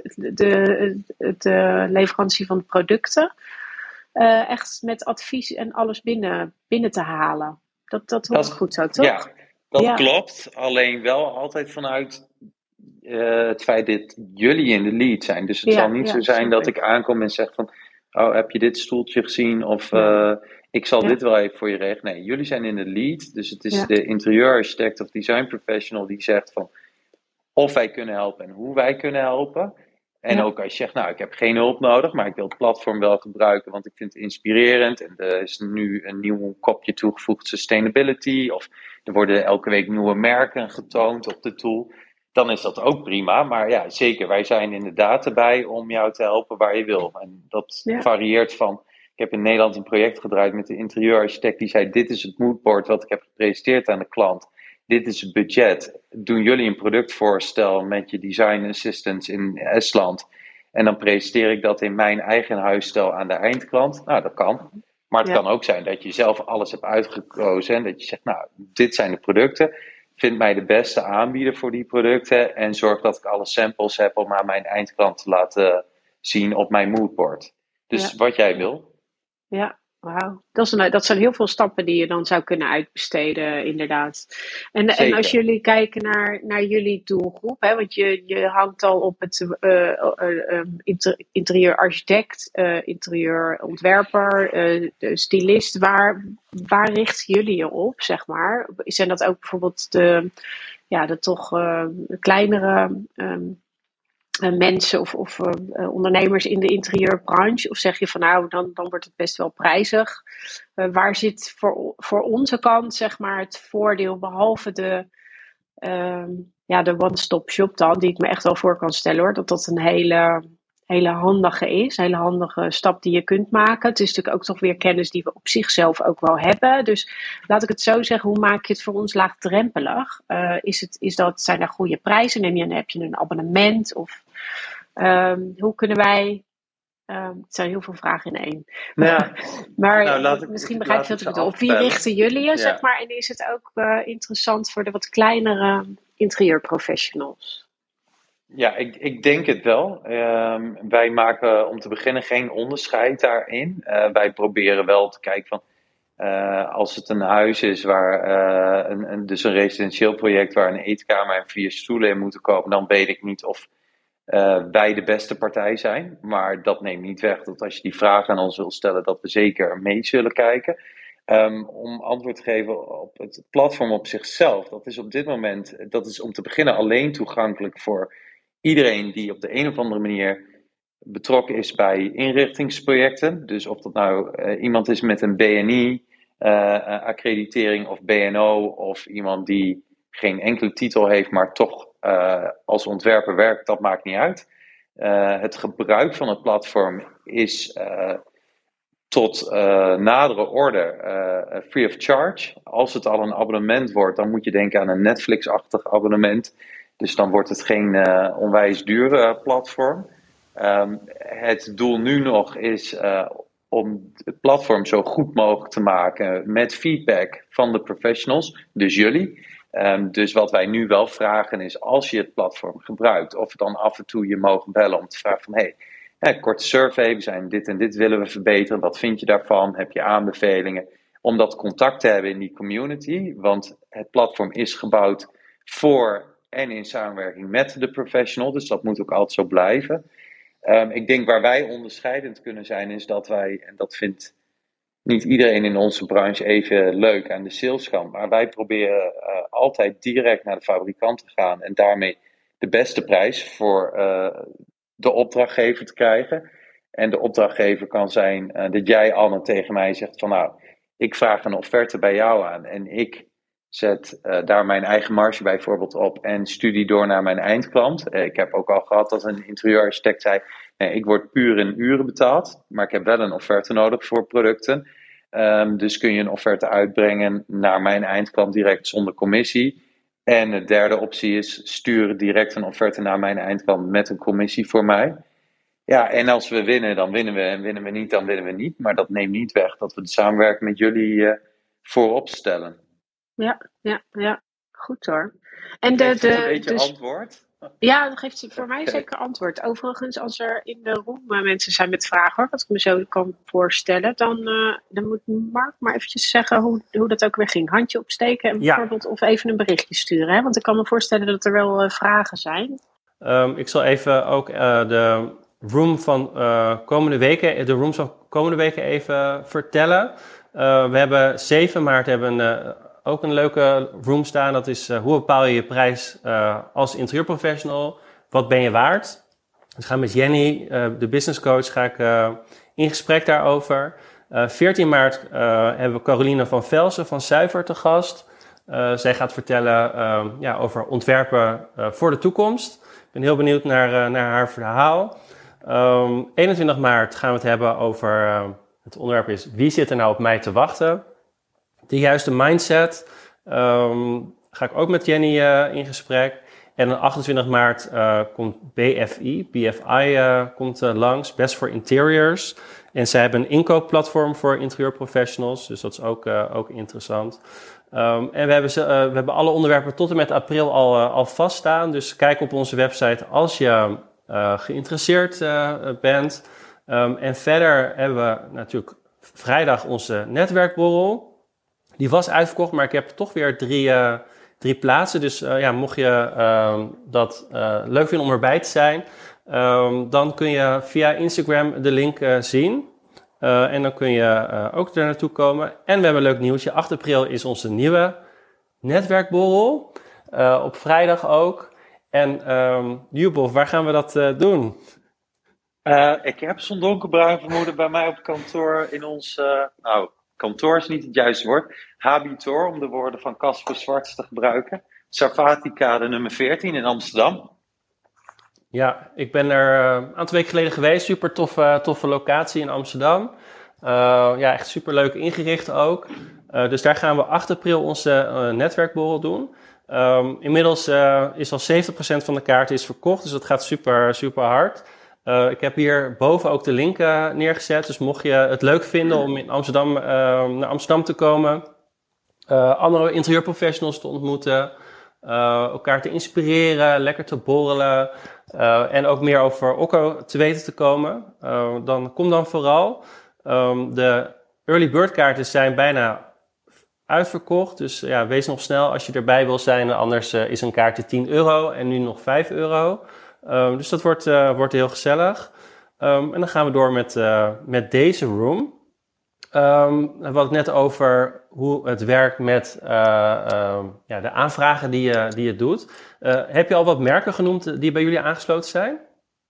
de leverantie van de producten. Echt met advies en alles binnen te halen. Dat hoor ik goed zo, toch? Ja, dat klopt. Alleen wel altijd vanuit het feit dat jullie in de lead zijn. Dus het zal niet zo zijn dat ik aankom en zeg van, oh, heb je dit stoeltje gezien? Of ik zal dit wel even voor je regelen. Nee, jullie zijn in de lead. Dus het is de interieurarchitect of design professional die zegt van of wij kunnen helpen en hoe wij kunnen helpen. En ook als je zegt, nou, ik heb geen hulp nodig, maar ik wil het platform wel gebruiken, want ik vind het inspirerend. En er is nu een nieuw kopje toegevoegd, sustainability. Of er worden elke week nieuwe merken getoond op de tool. Dan is dat ook prima. Maar ja, zeker, wij zijn inderdaad erbij om jou te helpen waar je wil. En dat varieert van, ik heb in Nederland een project gedraaid met de interieurarchitect. Die zei, dit is het moodboard wat ik heb gepresenteerd aan de klant. Dit is het budget. Doen jullie een productvoorstel met je design assistants in Estland? En dan presenteer ik dat in mijn eigen huisstijl aan de eindklant. Nou, dat kan. Maar het kan ook zijn dat je zelf alles hebt uitgekozen. En dat je zegt, nou, dit zijn de producten. Vind mij de beste aanbieder voor die producten. En zorg dat ik alle samples heb om aan mijn eindklant te laten zien op mijn moodboard. Dus wat jij wil. Ja. Wauw, dat zijn heel veel stappen die je dan zou kunnen uitbesteden, inderdaad. En als jullie kijken naar jullie doelgroep, want je hangt al op het interieurarchitect, interieurontwerper, stylist. Waar richten jullie je op, zeg maar? Zijn dat ook bijvoorbeeld de toch kleinere mensen of ondernemers in de interieurbranche? Of zeg je van nou, dan wordt het best wel prijzig. Waar zit voor onze kant zeg maar het voordeel, behalve de one-stop shop dan, die ik me echt wel voor kan stellen hoor, dat een hele handige is, een hele handige stap die je kunt maken. Het is natuurlijk ook toch weer kennis die we op zichzelf ook wel hebben. Dus laat ik het zo zeggen, hoe maak je het voor ons laagdrempelig? Zijn er goede prijzen? Heb je een abonnement? Of hoe kunnen wij... het zijn heel veel vragen in één. Ja. Maar misschien begrijp je wat ik bedoel. Op wie richten jullie je, zeg maar? En is het ook interessant voor de wat kleinere interieurprofessionals? Ja, ik denk het wel. Wij maken om te beginnen geen onderscheid daarin. Wij proberen wel te kijken van als het een huis is waar dus een residentieel project waar een eetkamer en 4 stoelen in moeten komen, dan weet ik niet of wij de beste partij zijn. Maar dat neemt niet weg dat als je die vraag aan ons wil stellen, dat we zeker mee zullen kijken. Om antwoord te geven op het platform op zichzelf. Dat is op dit moment, dat is om te beginnen alleen toegankelijk voor iedereen die op de een of andere manier betrokken is bij inrichtingsprojecten. Dus of dat nou iemand is met een BNI-accreditering of BNO, of iemand die geen enkele titel heeft, maar toch als ontwerper werkt, dat maakt niet uit. Het gebruik van het platform is tot nadere orde free of charge. Als het al een abonnement wordt, dan moet je denken aan een Netflix-achtig abonnement. Dus dan wordt het geen onwijs duur platform. Het doel nu nog is om het platform zo goed mogelijk te maken met feedback van de professionals, dus jullie. Dus wat wij nu wel vragen is, als je het platform gebruikt, of dan af en toe je mogen bellen om te vragen van, korte survey, we zijn dit en dit willen we verbeteren, wat vind je daarvan, heb je aanbevelingen, om dat contact te hebben in die community, want het platform is gebouwd voor en in samenwerking met de professional, dus dat moet ook altijd zo blijven. Ik denk waar wij onderscheidend kunnen zijn, is dat wij, en dat vindt niet iedereen in onze branche even leuk aan de saleskant, maar wij proberen altijd direct naar de fabrikant te gaan en daarmee de beste prijs voor de opdrachtgever te krijgen. En de opdrachtgever kan zijn dat jij, Anne, tegen mij zegt van nou, ik vraag een offerte bij jou aan en ik zet daar mijn eigen marge bijvoorbeeld op en stuur die door naar mijn eindklant. Ik heb ook al gehad dat een interieurarchitect zei, ik word puur in uren betaald, maar ik heb wel een offerte nodig voor producten. Dus kun je een offerte uitbrengen naar mijn eindklant direct zonder commissie. En de derde optie is sturen direct een offerte naar mijn eindklant met een commissie voor mij. Ja, en als we winnen, dan winnen we. En winnen we niet, dan winnen we niet. Maar dat neemt niet weg dat we de samenwerking met jullie voorop stellen. Ja. Goed hoor. En Geeft het een beetje antwoord? Ja, dat geeft voor mij zeker antwoord. Overigens, als er in de room mensen zijn met vragen, hoor, wat ik me zo kan voorstellen, dan moet Mark maar eventjes zeggen hoe dat ook weer ging. Handje opsteken en bijvoorbeeld of even een berichtje sturen. Hè? Want ik kan me voorstellen dat er wel vragen zijn. Ik zal even ook de room van komende weken even vertellen. We hebben 7 maart ook een leuke room staan. Dat is hoe bepaal je je prijs als interieurprofessional? Wat ben je waard? Dus ga met Jenny, de business coach, in gesprek daarover. 14 maart hebben we Caroline van Velsen van Zuiver te gast. Zij gaat vertellen over ontwerpen voor de toekomst. Ik ben heel benieuwd naar haar verhaal. 21 maart gaan we het hebben over, het onderwerp is, wie zit er nou op mij te wachten? De juiste mindset. Ga ik ook met Jenny in gesprek. En op 28 maart komt BFI komt langs, Best for Interiors. En zij hebben een inkoopplatform voor interieurprofessionals, dus dat is ook interessant. En we hebben alle onderwerpen tot en met april al vaststaan. Dus kijk op onze website als je geïnteresseerd bent. En verder hebben we natuurlijk vrijdag onze netwerkborrel. Die was uitverkocht, maar ik heb toch weer drie plaatsen. Dus mocht je dat leuk vinden om erbij te zijn, dan kun je via Instagram de link zien. En dan kun je ook er naartoe komen. En we hebben een leuk nieuwtje. 8 april is onze nieuwe netwerkborrel. Op vrijdag ook. En Jubel, waar gaan we dat doen? Ik heb zo'n donkerbruin vermoeden bij mij op kantoor in ons... kantoor is niet het juiste woord. Habitor, om de woorden van Casper Zwarts te gebruiken. Sarvatikade nummer 14 in Amsterdam. Ja, ik ben er een aantal weken geleden geweest. Super toffe locatie in Amsterdam. Echt super leuk ingericht ook. Dus daar gaan we 8 april onze netwerkborrel doen. Inmiddels is al 70% van de kaarten is verkocht. Dus dat gaat super, super hard. Ik heb hier boven ook de link neergezet. Dus mocht je het leuk vinden om in Amsterdam naar Amsterdam te komen, andere interieurprofessionals te ontmoeten, elkaar te inspireren, lekker te borrelen en ook meer over Okko te weten te komen, dan kom dan vooral. De early bird kaarten zijn bijna uitverkocht. Dus wees nog snel als je erbij wil zijn. Anders is een kaartje €10 en nu nog €5. Dus dat wordt heel gezellig. En dan gaan we door met deze room. We hadden het net over hoe het werkt met de aanvragen die je doet. Heb je al wat merken genoemd die bij jullie aangesloten zijn?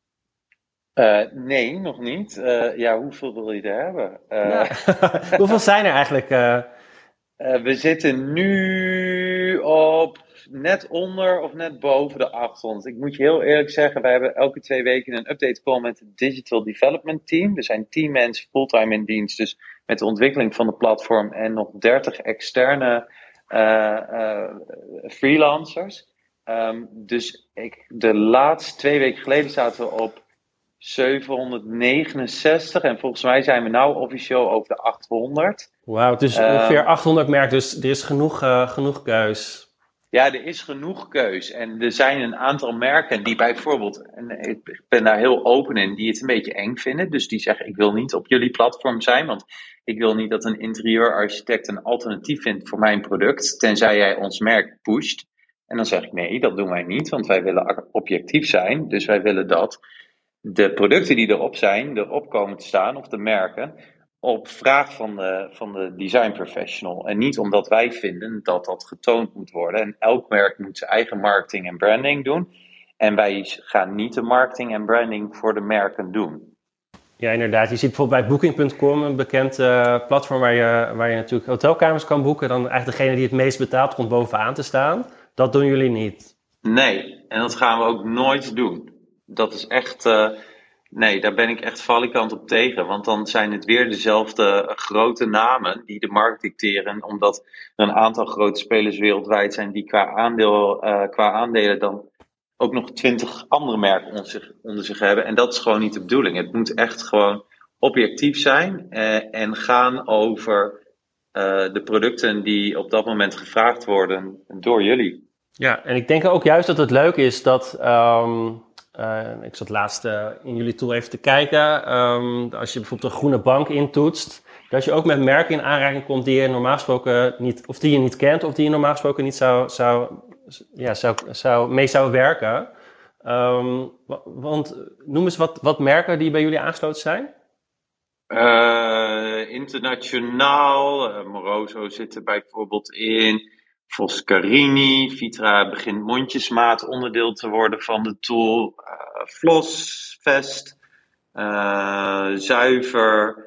Nee, nog niet. Hoeveel wil je er hebben? Hoeveel zijn er eigenlijk? We zitten nu op net onder of net boven de 800. Ik moet je heel eerlijk zeggen, wij hebben elke 2 weken een update call met het Digital Development Team. Er zijn 10 mensen fulltime in dienst, dus met de ontwikkeling van de platform en nog 30 externe freelancers. Dus de laatste 2 weken geleden zaten we op 769 en volgens mij zijn we nou officieel over de 800. Wauw, het is ongeveer 800 merken, dus er is genoeg keus. Ja, er is genoeg keus. En er zijn een aantal merken die bijvoorbeeld, en ik ben daar heel open in, die het een beetje eng vinden. Dus die zeggen, ik wil niet op jullie platform zijn, want ik wil niet dat een interieurarchitect een alternatief vindt voor mijn product, tenzij jij ons merk pusht. En dan zeg ik, nee, dat doen wij niet, want wij willen objectief zijn. Dus wij willen dat de producten die erop zijn, erop komen te staan, of de merken, op vraag van de design professional. En niet omdat wij vinden dat dat getoond moet worden. En elk merk moet zijn eigen marketing en branding doen. En wij gaan niet de marketing en branding voor de merken doen. Ja, inderdaad. Je ziet bijvoorbeeld bij Booking.com, een bekend platform waar je natuurlijk hotelkamers kan boeken. Dan eigenlijk degene die het meest betaalt komt bovenaan te staan. Dat doen jullie niet. Nee, en dat gaan we ook nooit doen. Dat is echt... Nee, daar ben ik echt valikant op tegen. Want dan zijn het weer dezelfde grote namen die de markt dicteren. Omdat er een aantal grote spelers wereldwijd zijn die qua aandelen dan ook nog 20 andere merken onder zich hebben. En dat is gewoon niet de bedoeling. Het moet echt gewoon objectief zijn en gaan over de producten die op dat moment gevraagd worden door jullie. Ja, en ik denk ook juist dat het leuk is dat... ik zat laatst in jullie tool even te kijken. Als je bijvoorbeeld een groene bank intoetst, dat je ook met merken in aanraking komt die je normaal gesproken niet, of die je niet kent, of die je normaal gesproken niet mee zou werken. Want noem eens wat merken die bij jullie aangesloten zijn. Internationaal, Moroso zit er bijvoorbeeld in. Foscarini, Vitra begint mondjesmaat onderdeel te worden van de tool. Flossvest, Zuiver.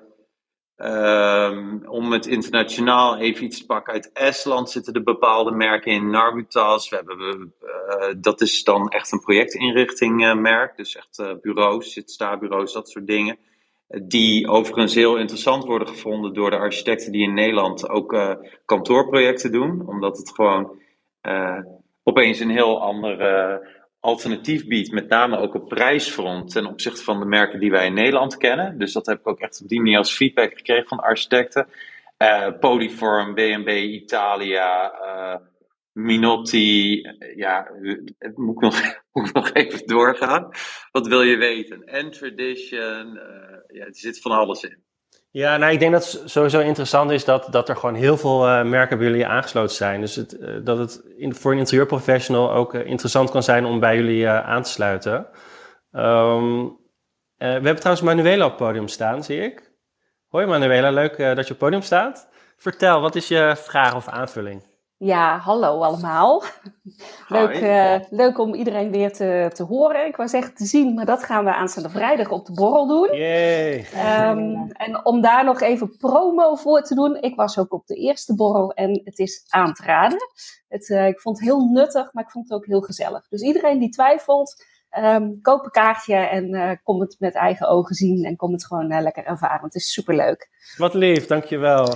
Om het internationaal even iets te pakken uit Estland zitten er bepaalde merken in. Narbutas, dat is dan echt een projectinrichting merk. Dus echt bureaus, stabureaus, dat soort dingen. Die overigens heel interessant worden gevonden door de architecten die in Nederland ook kantoorprojecten doen. Omdat het gewoon opeens een heel ander alternatief biedt. Met name ook op prijsfront ten opzichte van de merken die wij in Nederland kennen. Dus dat heb ik ook echt op die manier als feedback gekregen van architecten. Polyform, B&B Italia, Minotti. Moet ik nog even doorgaan. Wat wil je weten? En Tradition. Er zit van alles in. Ja, nou, ik denk dat het sowieso interessant is dat er gewoon heel veel merken bij jullie aangesloten zijn. Dus dat het voor een interieurprofessional ook interessant kan zijn om bij jullie aan te sluiten. We hebben trouwens Manuela op het podium staan, zie ik. Hoi Manuela, leuk dat je op het podium staat. Vertel, wat is je vraag of aanvulling? Ja, hallo allemaal. Leuk om iedereen weer te horen. Ik was echt te zien, maar dat gaan we aanstaande vrijdag op de borrel doen. Yay! En om daar nog even promo voor te doen. Ik was ook op de eerste borrel en het is aan te raden. Ik vond het heel nuttig, maar ik vond het ook heel gezellig. Dus iedereen die twijfelt, koop een kaartje en kom het met eigen ogen zien. En kom het gewoon lekker ervaren. Het is superleuk. Wat lief, dankjewel.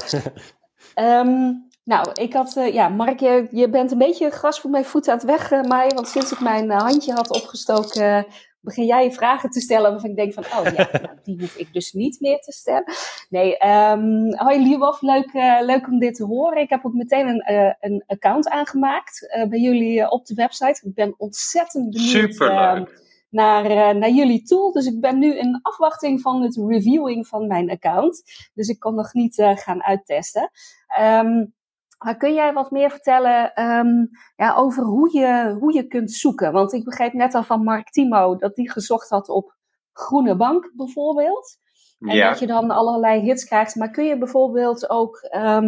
Nou, ik had, Mark, je bent een beetje gras voor mijn voeten aan het wegmaaien, want sinds ik mijn handje had opgestoken, begin jij je vragen te stellen waarvan ik denk van, die hoef ik dus niet meer te stellen. Nee, hoi Liebof, leuk om dit te horen. Ik heb ook meteen een account aangemaakt bij jullie op de website. Ik ben ontzettend benieuwd naar jullie tool. Dus ik ben nu in afwachting van het reviewing van mijn account. Dus ik kon nog niet gaan uittesten. Maar kun jij wat meer vertellen over hoe je kunt zoeken? Want ik begreep net al van Mark Timo dat die gezocht had op groene bank bijvoorbeeld. En dat je dan allerlei hits krijgt. Maar kun je bijvoorbeeld ook,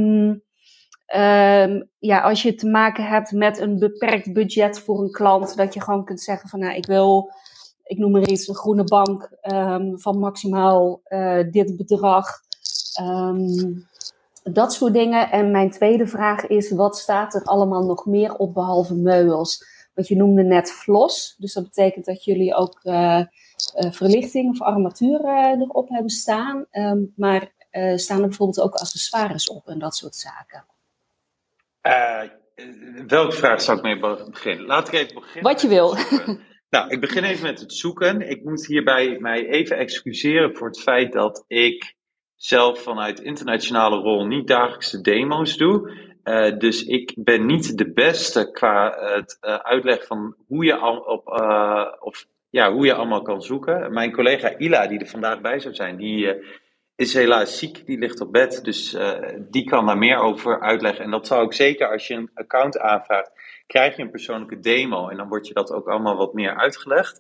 als je te maken hebt met een beperkt budget voor een klant, dat je gewoon kunt zeggen van, ik noem maar iets, een groene bank van maximaal dit bedrag. Dat soort dingen. En mijn tweede vraag is, wat staat er allemaal nog meer op behalve meubels? Want je noemde net Floss. Dus dat betekent dat jullie ook verlichting of armatuur erop hebben staan. Maar staan er bijvoorbeeld ook accessoires op en dat soort zaken? welke vraag zou ik mee beginnen? Laat ik even beginnen. Wat je wil. Nou, ik begin even met het zoeken. Ik moet hierbij mij even excuseren voor het feit dat ik zelf vanuit internationale rol niet dagelijkse demo's doe. Dus ik ben niet de beste qua het uitleg van hoe je hoe je allemaal kan zoeken. Mijn collega Ila, die er vandaag bij zou zijn, die is helaas ziek. Die ligt op bed, dus die kan daar meer over uitleggen. En dat zou ik zeker, als je een account aanvraagt, krijg je een persoonlijke demo en dan wordt je dat ook allemaal wat meer uitgelegd.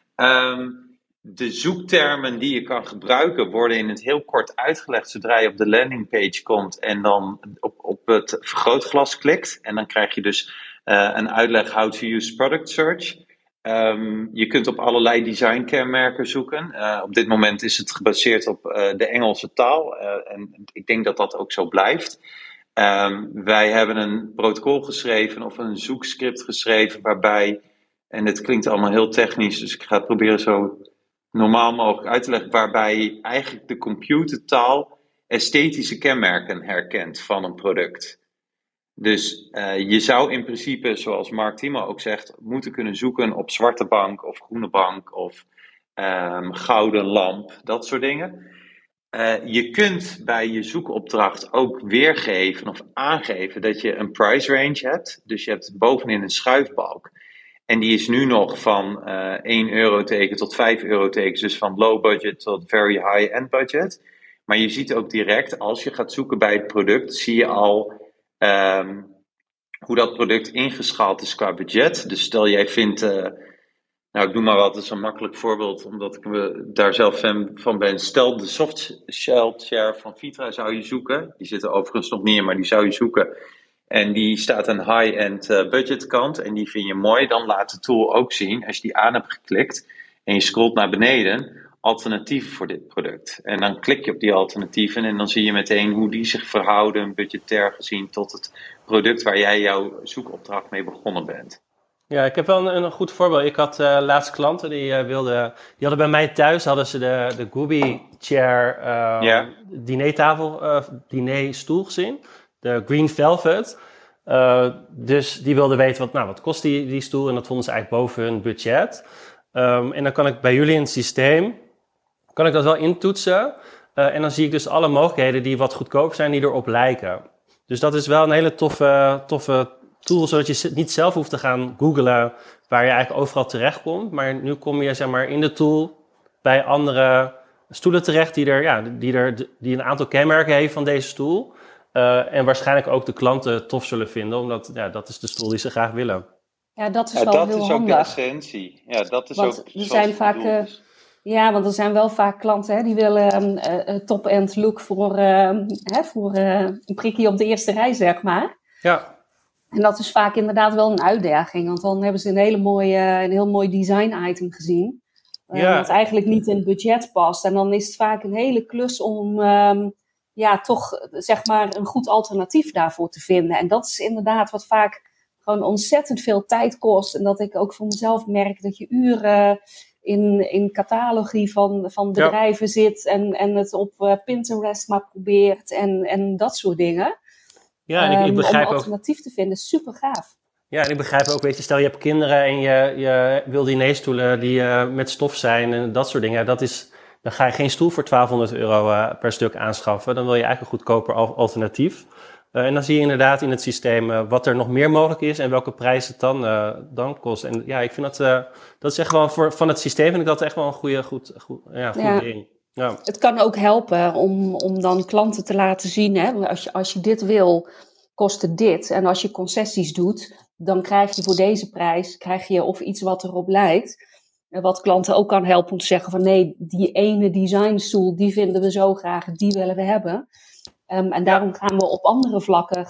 De zoektermen die je kan gebruiken worden in het heel kort uitgelegd zodra je op de landingpage komt en dan op het vergrootglas klikt. En dan krijg je dus een uitleg how to use product search. Je kunt op allerlei designkenmerken zoeken. Op dit moment is het gebaseerd op de Engelse taal. En ik denk dat dat ook zo blijft. Wij hebben een protocol geschreven of een zoekscript geschreven waarbij, en het klinkt allemaal heel technisch, dus ik ga het proberen zo normaal mogelijk uit te leggen, waarbij eigenlijk de computertaal esthetische kenmerken herkent van een product. Dus je zou in principe, zoals Mark Timo ook zegt, moeten kunnen zoeken op zwarte bank of groene bank of gouden lamp, dat soort dingen. Je kunt bij je zoekopdracht ook weergeven of aangeven dat je een price range hebt. Dus je hebt bovenin een schuifbalk. En die is nu nog van 1 euro teken tot 5 euro tekens. Dus van low budget tot very high-end budget. Maar je ziet ook direct, als je gaat zoeken bij het product, zie je al hoe dat product ingeschaald is qua budget. Dus stel jij vindt, ik doe maar wat, dat is een makkelijk voorbeeld, omdat ik daar zelf fan van ben. Stel de soft share van Vitra zou je zoeken. Die zit er overigens nog niet in, maar die zou je zoeken. En die staat aan high-end budget kant en die vind je mooi. Dan laat de tool ook zien, als je die aan hebt geklikt en je scrolt naar beneden, alternatieven voor dit product. En dan klik je op die alternatieven en dan zie je meteen hoe die zich verhouden, budgetair gezien, tot het product waar jij jouw zoekopdracht mee begonnen bent. Ja, ik heb wel een goed voorbeeld. Ik had laatst klanten die hadden bij mij thuis hadden ze de Gooby Chair dinerstoel gezien. De Green Velvet. Dus die wilden weten wat kost die stoel. En dat vonden ze eigenlijk boven hun budget. En dan kan ik bij jullie in het systeem, kan ik dat wel intoetsen. En dan zie ik dus alle mogelijkheden die wat goedkoper zijn, die erop lijken. Dus dat is wel een hele toffe tool, zodat je niet zelf hoeft te gaan googlen waar je eigenlijk overal terecht komt. Maar nu kom je zeg maar in de tool bij andere stoelen terecht die een aantal kenmerken heeft van deze stoel. En waarschijnlijk ook de klanten tof zullen vinden, omdat dat is de stoel die ze graag willen. Ja, dat is wel heel handig. Dat is ook de essentie. Ja, dat is want ook er zijn vaak, want er zijn wel vaak klanten die willen top-end look voor een prikkie op de eerste rij, zeg maar. Ja. En dat is vaak inderdaad wel een uitdaging, want dan hebben ze een heel mooi design item gezien. Wat eigenlijk niet in het budget past. En dan is het vaak een hele klus om toch zeg maar een goed alternatief daarvoor te vinden. En dat is inderdaad wat vaak gewoon ontzettend veel tijd kost. En dat ik ook voor mezelf merk dat je uren in catalogie van bedrijven zit en het op Pinterest maar probeert en dat soort dingen. Ja, en ik begrijp om een alternatief te vinden, super gaaf. Ja, en ik begrijp ook, stel je hebt kinderen en je wil dinerstoelen die met stof zijn en dat soort dingen. Dan ga je geen stoel voor €1200 per stuk aanschaffen. Dan wil je eigenlijk een goedkoper alternatief. En dan zie je inderdaad in het systeem wat er nog meer mogelijk is en welke prijs het dan kost. En ja, ik vind dat is echt wel van het systeem vind ik dat echt wel een goed ding. Ja. Het kan ook helpen om dan klanten te laten zien, hè, als je dit wil, kost het dit. En als je concessies doet, dan krijg je voor deze prijs of iets wat erop lijkt. Wat klanten ook kan helpen om te zeggen van nee, die ene designstoel, die vinden we zo graag, die willen we hebben. En daarom gaan we op andere vlakken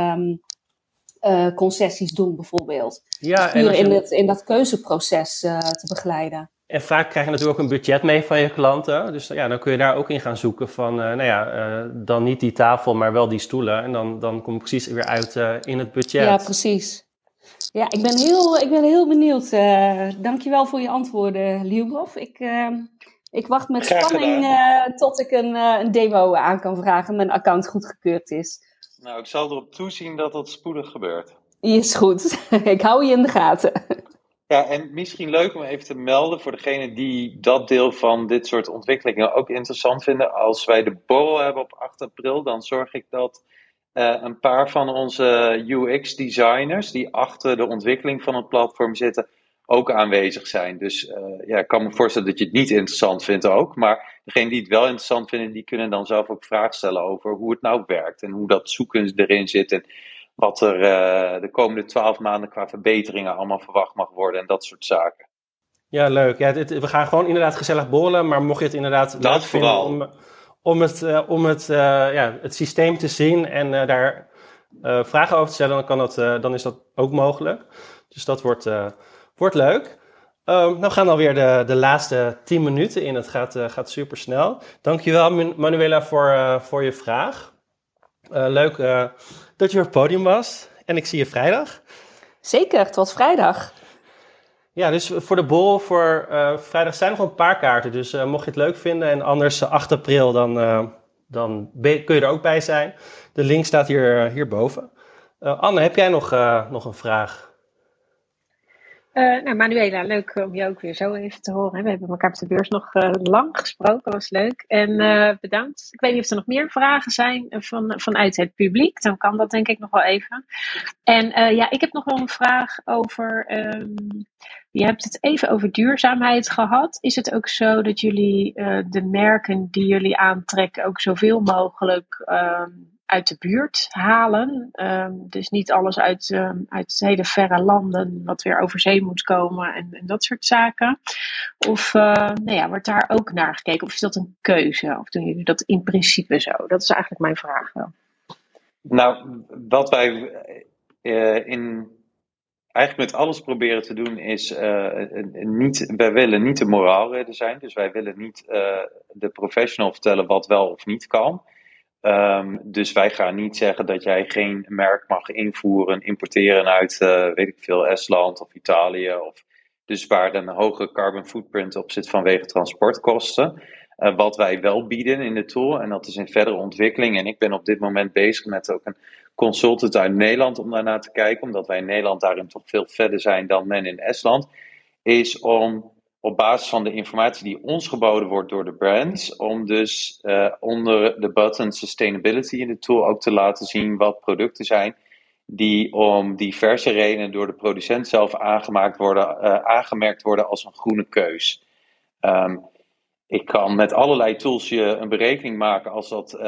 concessies doen bijvoorbeeld. Ja, puur in dat keuzeproces te begeleiden. En vaak krijg je natuurlijk ook een budget mee van je klanten. Dus dan kun je daar ook in gaan zoeken van, dan niet die tafel, maar wel die stoelen. En dan kom je precies weer uit in het budget. Ja, precies. Ja, ik ben heel benieuwd. Dankjewel voor je antwoorden, Lyubov. Ik wacht met spanning tot ik een demo aan kan vragen. Mijn account goedgekeurd is. Nou, ik zal erop toezien dat dat spoedig gebeurt. Is goed. Ik hou je in de gaten. Ja, en misschien leuk om even te melden voor degene die dat deel van dit soort ontwikkelingen ook interessant vinden. Als wij de borrel hebben op 8 april, dan zorg ik dat een paar van onze UX-designers die achter de ontwikkeling van het platform zitten, ook aanwezig zijn. Dus ik kan me voorstellen dat je het niet interessant vindt ook. Maar degene die het wel interessant vinden, die kunnen dan zelf ook vragen stellen over hoe het nou werkt. En hoe dat zoeken erin zit. En wat er de komende 12 maanden qua verbeteringen allemaal verwacht mag worden. En dat soort zaken. Ja, leuk. Ja, we gaan gewoon inderdaad gezellig borrelen. Maar mocht je het inderdaad leuk vinden om het systeem te zien en daar vragen over te stellen, dan is dat ook mogelijk. Dus dat wordt leuk. Nou gaan alweer de laatste 10 minuten in. Het gaat super snel. Dankjewel Manuela voor je vraag. Leuk dat je op het podium was. En ik zie je vrijdag. Zeker, tot vrijdag. Ja, dus voor de borrel voor vrijdag zijn nog een paar kaarten. Dus mocht je het leuk vinden en anders 8 april, dan kun je er ook bij zijn. De link staat hierboven. Anne, heb jij nog een vraag? Manuela, leuk om je ook weer zo even te horen. We hebben elkaar op de beurs nog lang gesproken, was leuk. En bedankt. Ik weet niet of er nog meer vragen zijn vanuit het publiek. Dan kan dat denk ik nog wel even. En ik heb nog wel een vraag over... je hebt het even over duurzaamheid gehad. Is het ook zo dat jullie de merken die jullie aantrekken ook zoveel mogelijk uit de buurt halen? Dus niet alles uit hele verre landen wat weer over zee moet komen en dat soort zaken. Of wordt daar ook naar gekeken? Of is dat een keuze? Of doen jullie dat in principe zo? Dat is eigenlijk mijn vraag wel. Nou, wat wij eigenlijk met alles proberen te doen is, wij willen niet de moraalridder zijn. Dus wij willen niet de professional vertellen wat wel of niet kan. Dus wij gaan niet zeggen dat jij geen merk mag importeren uit, weet ik veel, Estland of Italië. Dus waar een hoge carbon footprint op zit vanwege transportkosten. Wat wij wel bieden in de tool, en dat is in verdere ontwikkeling. En ik ben op dit moment bezig met ook een consultant uit Nederland om daarnaar te kijken. Omdat wij in Nederland daarin toch veel verder zijn dan men in Estland. Is om op basis van de informatie die ons geboden wordt door de brands, om dus onder de button sustainability in de tool ook te laten zien wat producten zijn die om diverse redenen door de producent zelf aangemerkt worden als een groene keus. Ik kan met allerlei tools je een berekening maken als dat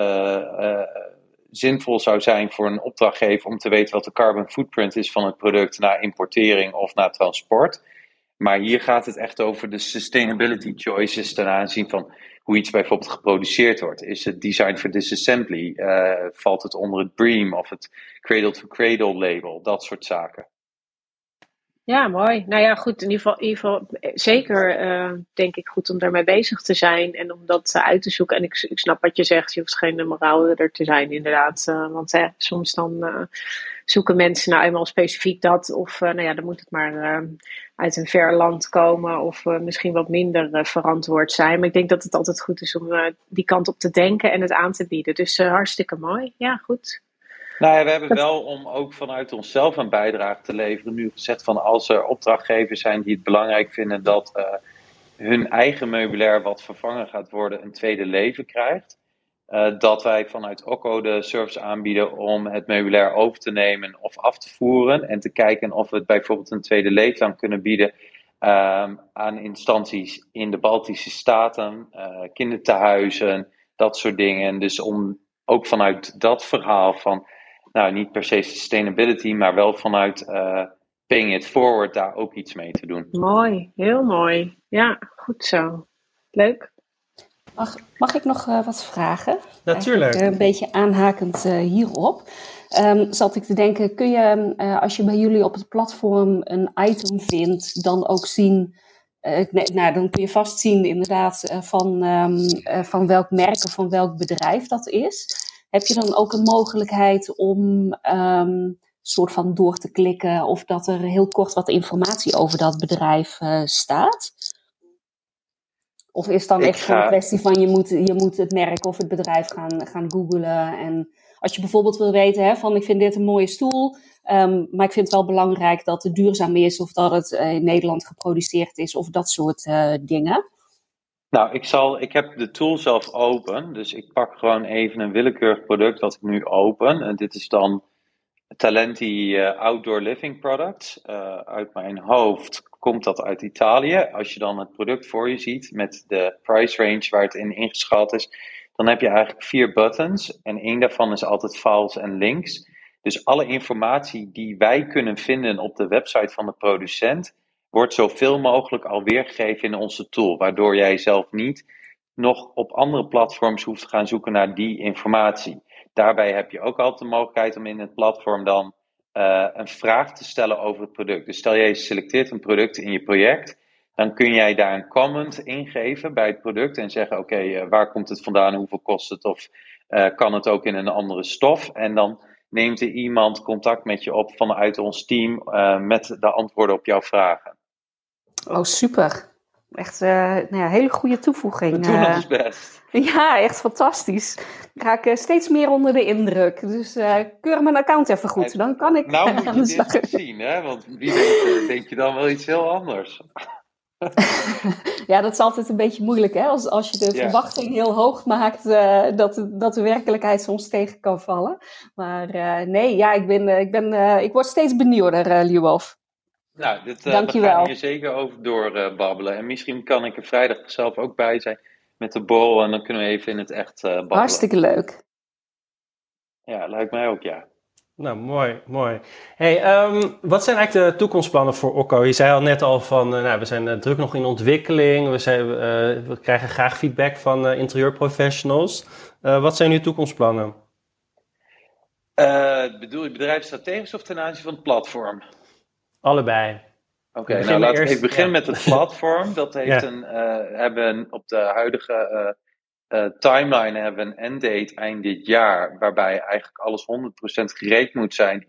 zinvol zou zijn voor een opdrachtgever om te weten wat de carbon footprint is van het product na importering of na transport. Maar hier gaat het echt over de sustainability choices ten aanzien van hoe iets bijvoorbeeld geproduceerd wordt. Is het designed for disassembly? Valt het onder het BREEAM of het cradle-to-cradle label? Dat soort zaken. Ja, mooi. Nou ja, goed. In ieder geval zeker denk ik goed om daarmee bezig te zijn en om dat uit te zoeken. En ik snap wat je zegt. Je hoeft geen moraalridder te zijn, inderdaad. Want soms dan zoeken mensen nou eenmaal specifiek dat. Of dan moet het maar uit een ver land komen. Of misschien wat minder verantwoord zijn. Maar ik denk dat het altijd goed is om die kant op te denken en het aan te bieden. Dus hartstikke mooi. Ja, goed. Nou ja, we hebben wel om ook vanuit onszelf een bijdrage te leveren nu gezegd van als er opdrachtgevers zijn die het belangrijk vinden dat hun eigen meubilair wat vervangen gaat worden een tweede leven krijgt. Dat wij vanuit Okko de service aanbieden om het meubilair over te nemen of af te voeren. En te kijken of we het bijvoorbeeld een tweede leeftijd kunnen bieden aan instanties in de Baltische Staten, kindertehuizen, dat soort dingen. Dus om ook vanuit dat verhaal van niet per se sustainability, maar wel vanuit paying it forward daar ook iets mee te doen. Mooi, heel mooi. Ja, goed zo. Leuk. Mag ik nog wat vragen? Natuurlijk. Een beetje aanhakend hierop. Zat ik te denken, kun je als je bij jullie op het platform een item vindt, dan ook zien, dan kun je vast zien inderdaad van welk merk of van welk bedrijf dat is. Heb je dan ook een mogelijkheid om soort van door te klikken of dat er heel kort wat informatie over dat bedrijf staat? Of is het dan echt gewoon een kwestie van je moet het merk of het bedrijf gaan googlen? En als je bijvoorbeeld wil weten van ik vind dit een mooie stoel, maar ik vind het wel belangrijk dat het duurzaam is of dat het in Nederland geproduceerd is of dat soort dingen. Nou, ik heb de tool zelf open, dus ik pak gewoon even een willekeurig product dat ik nu open. En dit is dan Talenti Outdoor Living Products. Uit mijn hoofd komt dat uit Italië. Als je dan het product voor je ziet met de price range waar het in ingeschat is, dan heb je eigenlijk 4 buttons. En één daarvan is altijd files en links. Dus alle informatie die wij kunnen vinden op de website van de producent, wordt zoveel mogelijk al weergegeven in onze tool. Waardoor jij zelf niet nog op andere platforms hoeft te gaan zoeken naar die informatie. Daarbij heb je ook altijd de mogelijkheid om in het platform dan een vraag te stellen over het product. Dus stel jij selecteert een product in je project, dan kun jij daar een comment ingeven bij het product en zeggen oké, waar komt het vandaan, hoeveel kost het of kan het ook in een andere stof? En dan neemt er iemand contact met je op vanuit ons team met de antwoorden op jouw vragen. Oh, super. Echt hele goede toevoeging. We doen ons best. Ja, echt fantastisch. Dan ga ik steeds meer onder de indruk. Dus keur mijn account even goed. Dan kan ik nou moet je dit zien, hè? Want wie weet denk je dan wel iets heel anders. Ja, dat is altijd een beetje moeilijk, hè? Als je de verwachting heel hoog maakt, dat de werkelijkheid soms tegen kan vallen. Maar nee, ja, ik word steeds benieuwder, Liewof. Nou, we gaan hier zeker over doorbabbelen. En misschien kan ik er vrijdag zelf ook bij zijn met de borrel. En dan kunnen we even in het echt babbelen. Hartstikke leuk. Ja, lijkt mij ook, ja. Nou, mooi. Hey, wat zijn eigenlijk de toekomstplannen voor Okko? Je zei al net al van, we zijn druk nog in ontwikkeling. We krijgen graag feedback van interieurprofessionals. Wat zijn uw toekomstplannen? Bedoel je bedrijfsstrategisch of ten aanzien van het platform? Allebei. Oké, nou laten we even beginnen met het platform. Dat heeft hebben op de huidige timeline hebben we een enddate eind dit jaar, waarbij eigenlijk alles 100% gereed moet zijn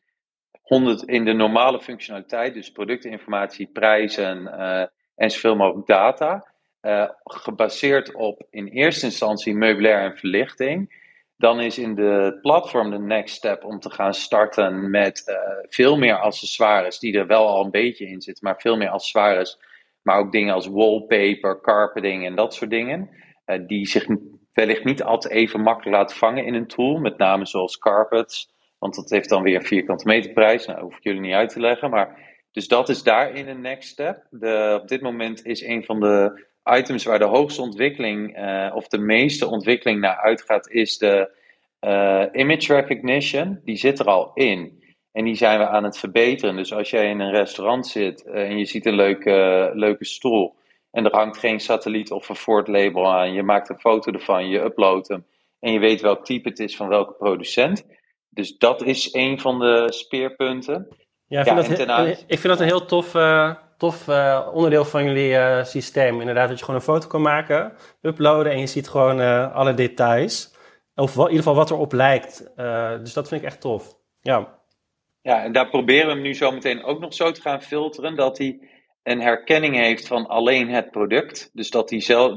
in de normale functionaliteit, dus productinformatie, prijzen en zoveel mogelijk data. Gebaseerd op in eerste instantie meubilair en verlichting. Dan is in de platform de next step om te gaan starten met veel meer accessoires, die er wel al een beetje in zitten, maar veel meer accessoires. Maar ook dingen als wallpaper, carpeting en dat soort dingen. Die zich wellicht niet altijd even makkelijk laten vangen in een tool. Met name zoals carpets. Want dat heeft dan weer een vierkante meter prijs. Nou, dat hoef ik jullie niet uit te leggen. Maar, dus dat is daarin een next step. Op dit moment is een van de items waar de hoogste ontwikkeling of de meeste ontwikkeling naar uitgaat, is de image recognition. Die zit er al in. En die zijn we aan het verbeteren. Dus als jij in een restaurant zit en je ziet een leuke stoel en er hangt geen satelliet of een Ford label aan, je maakt een foto ervan, je uploadt hem en je weet welk type het is van welke producent. Dus dat is een van de speerpunten. Ja, ik vind dat een heel tof onderdeel van jullie systeem. Inderdaad, dat je gewoon een foto kan maken, uploaden en je ziet gewoon alle details. Of in ieder geval wat erop lijkt. Dus dat vind ik echt tof. Ja. Ja, en daar proberen we hem nu zo meteen ook nog zo te gaan filteren, dat hij een herkenning heeft van alleen het product. Dus dat hij zelf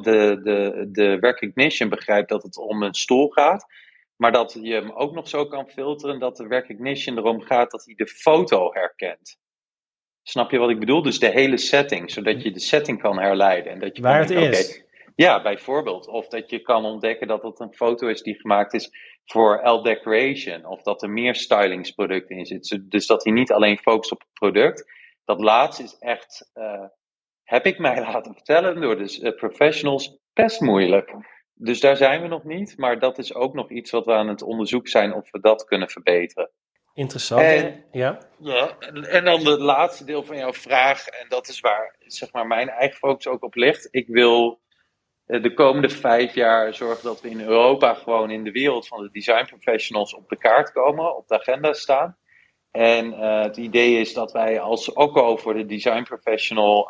de recognition begrijpt dat het om een stoel gaat. Maar dat je hem ook nog zo kan filteren dat de recognition erom gaat dat hij de foto herkent. Snap je wat ik bedoel? Dus de hele setting, zodat je de setting kan herleiden. En dat je waar het is. Ja, bijvoorbeeld. Of dat je kan ontdekken dat het een foto is die gemaakt is voor L Decoration. Of dat er meer stylingsproducten in zitten. Dus dat hij niet alleen focust op het product. Dat laatste is echt, heb ik mij laten vertellen door de professionals, best moeilijk. Dus daar zijn we nog niet. Maar dat is ook nog iets wat we aan het onderzoek zijn of we dat kunnen verbeteren. Interessant. En dan het laatste deel van jouw vraag. En dat is waar zeg maar, mijn eigen focus ook op ligt. Ik wil de komende 5 jaar zorgen dat we in Europa gewoon in de wereld van de design professionals op de kaart komen, op de agenda staan. En het idee is dat wij als Okko voor de design professional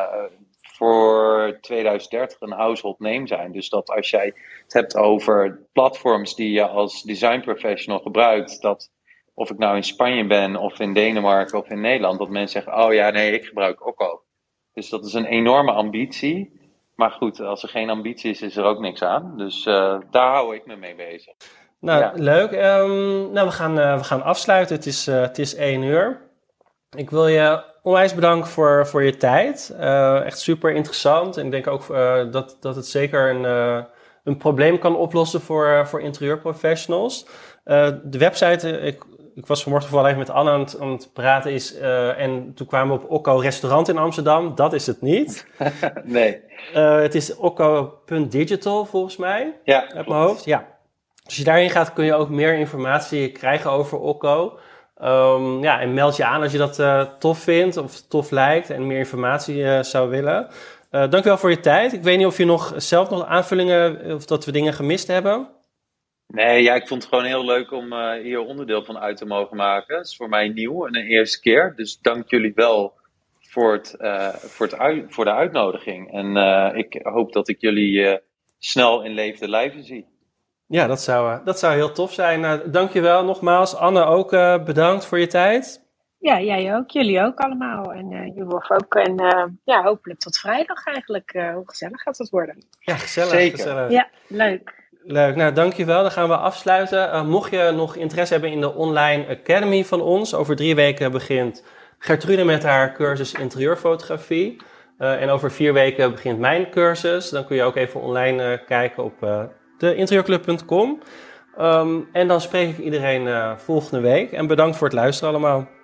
voor 2030 een household name zijn. Dus dat als jij het hebt over platforms die je als design professional gebruikt, dat of ik nou in Spanje ben of in Denemarken of in Nederland, dat mensen zeggen, oh ja, nee, ik gebruik Okko. Dus dat is een enorme ambitie. Maar goed, als er geen ambitie is, is er ook niks aan. Dus daar hou ik me mee bezig. Nou, Ja. leuk. Nou, we gaan afsluiten. Het is 1 uur. Ik wil je onwijs bedanken voor je tijd. Echt super interessant. En ik denk ook dat het zeker een probleem kan oplossen voor interieurprofessionals. De website, ik was vanmorgen vooral even met Anne aan het praten, en toen kwamen we op Okko Restaurant in Amsterdam. Dat is het niet. Nee. Het is okko.digital volgens mij, Ja, uit mijn hoofd. Ja. Als je daarin gaat, kun je ook meer informatie krijgen over Okko. En meld je aan als je dat tof vindt of tof lijkt en meer informatie zou willen. Dankjewel voor je tijd. Ik weet niet of je zelf nog aanvullingen of dat we dingen gemist hebben. Nee, ja, ik vond het gewoon heel leuk om hier onderdeel van uit te mogen maken. Het is voor mij nieuw en een eerste keer. Dus dank jullie wel voor de uitnodiging. En ik hoop dat ik jullie snel in levende lijven zie. Ja, dat zou heel tof zijn. Dankjewel nogmaals. Anne, ook bedankt voor je tijd. Ja, jij ook. Jullie ook allemaal. En Jurov ook. En hopelijk tot vrijdag eigenlijk. Hoe gezellig gaat het worden? Ja, gezellig. Zeker. Gezellig. Ja, leuk. Leuk, nou dankjewel. Dan gaan we afsluiten. Mocht je nog interesse hebben in de online academy van ons, over 3 weken begint Gertrude met haar cursus interieurfotografie. En over 4 weken begint mijn cursus. Dan kun je ook even online kijken op deinterieurclub.com. En dan spreek ik iedereen volgende week. En bedankt voor het luisteren allemaal.